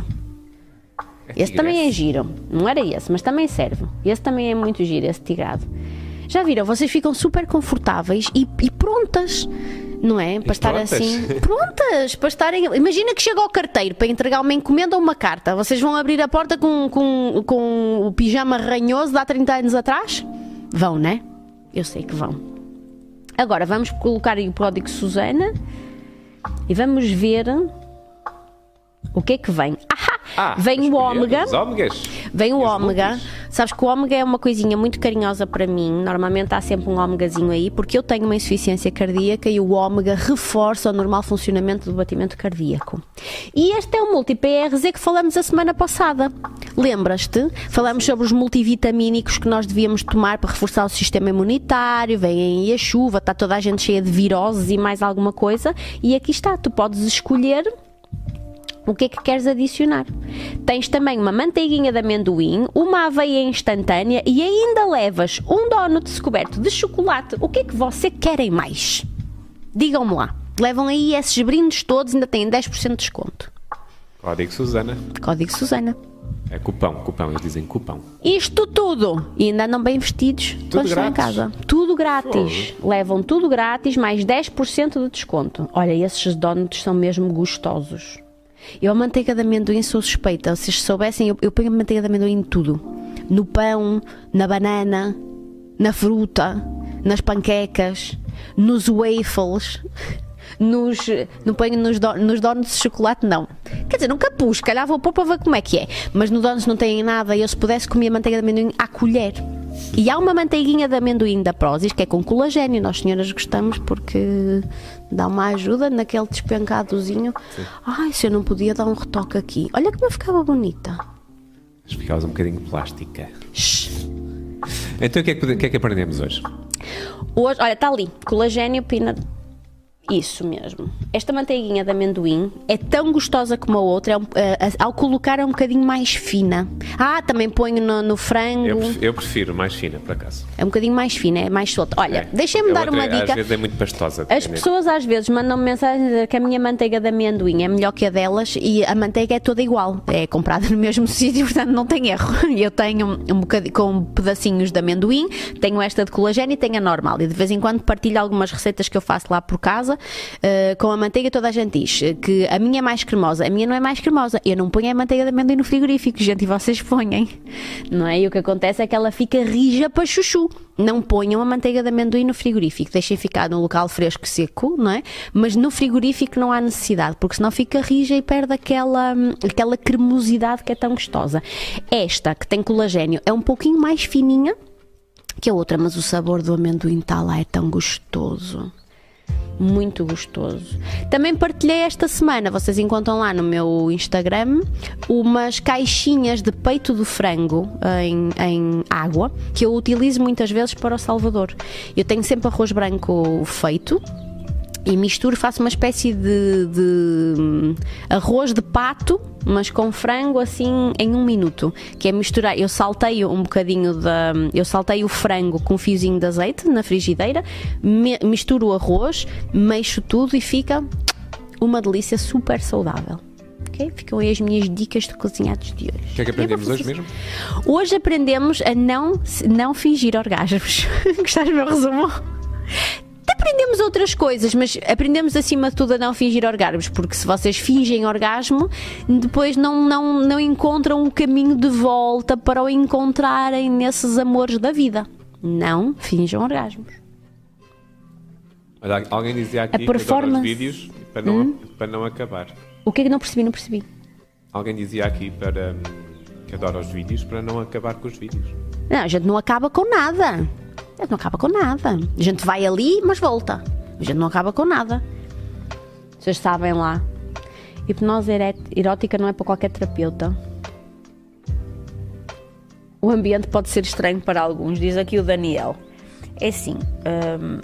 É Esse também é tigresse. giro. Não era esse, mas também serve. Esse também é muito giro, esse tigrado. Já viram? Vocês ficam super confortáveis e, e prontas, não é? Para estar prontas? assim. Prontas! Para estarem. Imagina que chega ao carteiro para entregar uma encomenda ou uma carta. Vocês vão abrir a porta com, com, com o pijama ranhoso de há trinta anos atrás? Vão, né? Eu sei que vão. Agora vamos colocar aí o código Susana e vamos ver o que é que vem. Ahá! Ah, Vem o escolher ômega. Os ômegas. Vem o E os ômega. multis. Sabes que o ômega é uma coisinha muito carinhosa para mim. Normalmente há sempre um ômegazinho aí, porque eu tenho uma insuficiência cardíaca e o ômega reforça o normal funcionamento do batimento cardíaco. E este é o multi-P R Z que falamos a semana passada. Lembras-te? Falamos sobre os multivitamínicos que nós devíamos tomar para reforçar o sistema imunitário. Vem aí a chuva, está toda a gente cheia de viroses e mais alguma coisa. E aqui está, tu podes escolher o que é que queres adicionar. Tens também uma manteiguinha de amendoim, uma aveia instantânea e ainda levas um donut coberto de chocolate. O que é que você querem mais? Digam-me lá. Levam aí esses brindes todos, ainda têm dez por cento de desconto. Código Susana. Código Susana. É cupão, cupão, eles dizem cupão. Isto tudo. E ainda andam bem vestidos quando estão em grátis. casa. Tudo grátis. Levam tudo grátis, mais dez por cento de desconto. Olha, esses donuts são mesmo gostosos. Eu a manteiga de amendoim sou suspeita. Se vocês soubessem, eu, eu ponho a manteiga de amendoim em tudo. No pão, na banana, na fruta, nas panquecas, nos waffles, nos, não ponho nos, do, nos donuts de chocolate, não. Quer dizer, nunca pus, se calhar vou pôr para ver como é que é. Mas no donuts não tem nada e eu se pudesse comia manteiga de amendoim à colher. E há uma manteiguinha de amendoim da Prozis que é com colagênio. Nós senhoras gostamos porque dá uma ajuda naquele despencadozinho. Sim. Ai, se eu não podia dar um retoque aqui. Olha como eu ficava bonita. Mas ficavas um bocadinho plástica. Shhh. Então o que, é que, o que é que aprendemos hoje? Hoje, olha, está ali, colagênio, peanut. Isso mesmo. Esta manteiguinha de amendoim é tão gostosa como a outra, é um, uh, ao colocar é um bocadinho mais fina. Ah, também ponho no, no frango. Eu, eu prefiro mais fina, por acaso. É um bocadinho mais fina, é mais solta. Olha, É. deixem-me A dar outra, uma dica. Às vezes é muito pastosa. As dependendo. pessoas às vezes mandam-me mensagens a dizer que a minha manteiga de amendoim é melhor que a delas e a manteiga é toda igual. É comprada no mesmo sítio, portanto não tem erro. Eu tenho um bocadinho com pedacinhos de amendoim, tenho esta de colagênio e tenho a normal. E de vez em quando partilho algumas receitas que eu faço lá por casa. Uh, com a manteiga toda a gente diz que a minha é mais cremosa, a minha não é mais cremosa. Eu não ponho a manteiga de amendoim no frigorífico, gente, e vocês põem, não é? E o que acontece é que ela fica rija para chuchu. Não ponham a manteiga de amendoim no frigorífico, deixem ficar num local fresco e seco, não é? Mas no frigorífico não há necessidade, porque senão fica rija e perde aquela, aquela cremosidade que é tão gostosa. Esta, que tem colagênio, é um pouquinho mais fininha que a outra, mas o sabor do amendoim está lá, é tão gostoso. Muito gostoso. Também partilhei esta semana, vocês encontram lá no meu Instagram, umas caixinhas de peito do frango em, em água, que eu utilizo muitas vezes para o Salvador. Eu tenho sempre arroz branco feito e misturo, faço uma espécie de, de arroz de pato, mas com frango assim em um minuto, que é misturar, eu salteio um bocadinho da, eu salteio o frango com um fiozinho de azeite na frigideira, me, misturo o arroz, mexo tudo e fica uma delícia super saudável. Okay? Ficam aí as minhas dicas de cozinhados de hoje. O que é que aprendemos hoje mesmo? Hoje aprendemos a não, não fingir orgasmos. Gostaste do meu resumo? Aprendemos outras coisas, mas aprendemos acima de tudo a não fingir orgasmos, porque se vocês fingem orgasmo, depois não, não, não encontram o caminho de volta para o encontrarem nesses amores da vida. Não finjam orgasmos. Olha, alguém dizia aqui A performance... que adora os vídeos para não, hum? para não acabar. O que é que não percebi? Não percebi. Alguém dizia aqui para, que adora os vídeos para não acabar com os vídeos. Não, a gente não acaba com nada. A gente não acaba com nada. A gente vai ali, mas volta. A gente não acaba com nada. Vocês sabem lá. Hipnose erótica não é para qualquer terapeuta. O ambiente pode ser estranho para alguns, diz aqui o Daniel. É assim... Hum,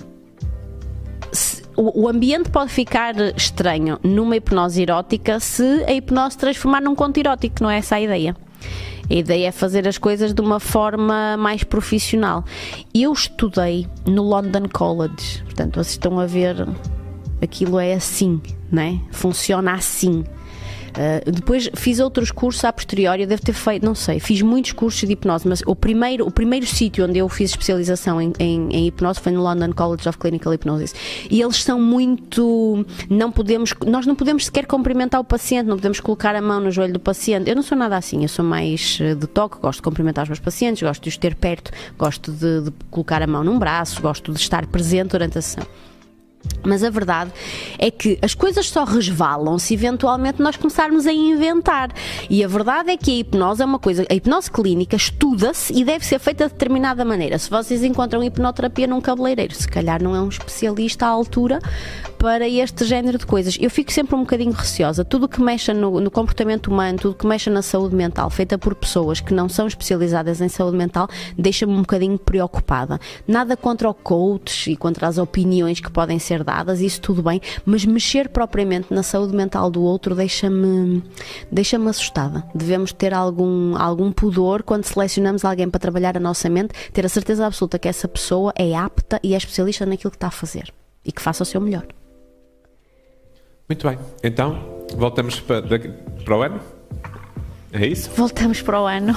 O ambiente pode ficar estranho numa hipnose erótica se a hipnose se transformar num conto erótico, não é essa a ideia. A ideia é fazer as coisas de uma forma mais profissional. Eu estudei no London College, portanto vocês estão a ver, aquilo é assim, não é? Funciona assim. Uh, depois fiz outros cursos a posteriori, eu devo ter feito, não sei, fiz muitos cursos de hipnose, mas o primeiro, o primeiro sítio onde eu fiz especialização em, em, em hipnose foi no London College of Clinical Hypnosis, e eles são muito, não podemos, nós não podemos sequer cumprimentar o paciente, não podemos colocar a mão no joelho do paciente. Eu não sou nada assim, eu sou mais de toque, gosto de cumprimentar os meus pacientes, gosto de os ter perto, gosto de, de colocar a mão num braço, gosto de estar presente durante a sessão. Mas a verdade é que as coisas só resvalam se eventualmente nós começarmos a inventar. E a verdade é que a hipnose é uma coisa, a hipnose clínica estuda-se e deve ser feita de determinada maneira. Se vocês encontram hipnoterapia num cabeleireiro, se calhar não é um especialista à altura para este género de coisas. Eu fico sempre um bocadinho receosa. Tudo que mexa no, no comportamento humano, tudo que mexa na saúde mental, feita por pessoas que não são especializadas em saúde mental, deixa-me um bocadinho preocupada. Nada contra o coach e contra as opiniões que podem ser dadas, isso tudo bem, mas mexer propriamente na saúde mental do outro deixa-me deixa-me assustada. Devemos ter algum, algum pudor quando selecionamos alguém para trabalhar a nossa mente, ter a certeza absoluta que essa pessoa é apta e é especialista naquilo que está a fazer e que faça o seu melhor. Muito bem, então voltamos para, daqui, para o ano? É isso? Voltamos para o ano.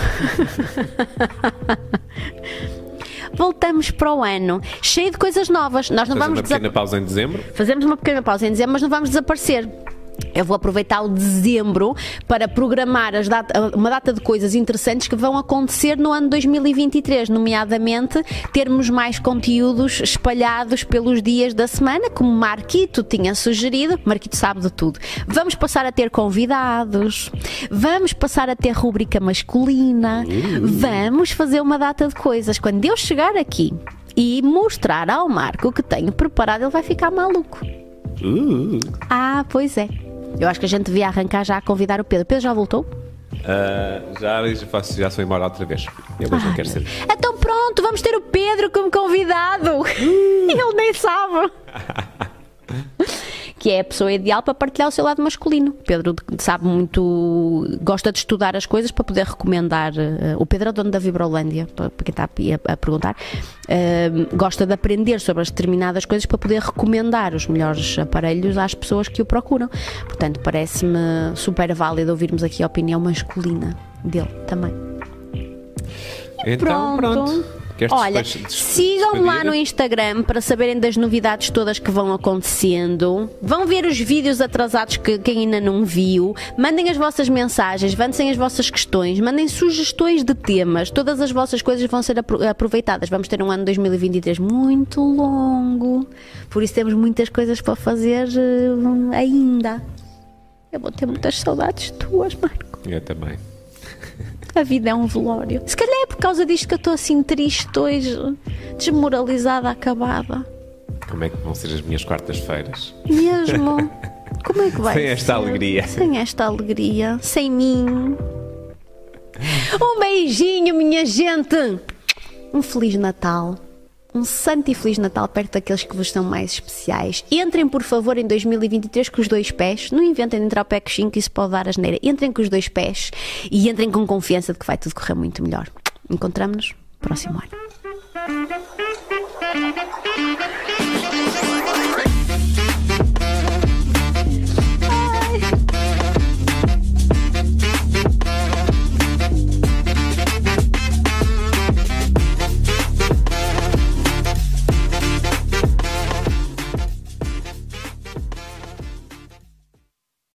Voltamos para o ano cheio de coisas novas. Nós não Fazemos vamos uma pequena desa... pausa em dezembro. Fazemos uma pequena pausa em dezembro, mas não vamos desaparecer. Eu vou aproveitar o dezembro para programar as data, uma data de coisas interessantes que vão acontecer no ano dois mil e vinte e três, nomeadamente termos mais conteúdos espalhados pelos dias da semana, como Marquito tinha sugerido. Marquito sabe de tudo. Vamos passar a ter convidados, vamos passar a ter rubrica masculina, vamos fazer uma data de coisas. Quando eu chegar aqui e mostrar ao Marco o que tenho preparado, ele vai ficar maluco. Uh. Ah, pois é. Eu acho que a gente devia arrancar já a convidar o Pedro. Pedro já voltou? Uh, já, já, faço, já sou embora outra vez. Eu hoje não quero ser. Então pronto, vamos ter o Pedro como convidado. Uh. Ele nem sabe. Que é a pessoa ideal para partilhar o seu lado masculino. Pedro sabe muito, gosta de estudar as coisas para poder recomendar. Uh, o Pedro é o dono da Vibrolândia, para quem está a, a perguntar. Uh, gosta de aprender sobre as determinadas coisas para poder recomendar os melhores aparelhos às pessoas que o procuram. Portanto, parece-me super válido ouvirmos aqui a opinião masculina dele também. Então, pronto. pronto. Olha, sigam-me lá no Instagram para saberem das novidades todas que vão acontecendo. Vão ver os vídeos atrasados que quem ainda não viu. Mandem as vossas mensagens, mandem as vossas questões, mandem sugestões de temas. Todas as vossas coisas vão ser aproveitadas. Vamos ter um ano dois mil e vinte e três muito longo, por isso temos muitas coisas para fazer ainda. Eu vou ter muitas saudades tuas, Marco. Eu também. A vida é um velório. Se calhar é por causa disto que eu estou assim triste hoje, desmoralizada, acabada. Como é que vão ser as minhas quartas-feiras? Mesmo? Como é que vai Sem esta ser? alegria. Sem esta alegria. Sem mim. Um beijinho, minha gente. Um Feliz Natal. Um santo e Feliz Natal perto daqueles que vos são mais especiais. Entrem, por favor, em dois mil e vinte e três com os dois pés. Não inventem de entrar ao pé coxinho, que isso pode dar asneira. Entrem com os dois pés e entrem com confiança de que vai tudo correr muito melhor. Encontramos-nos no próximo ano.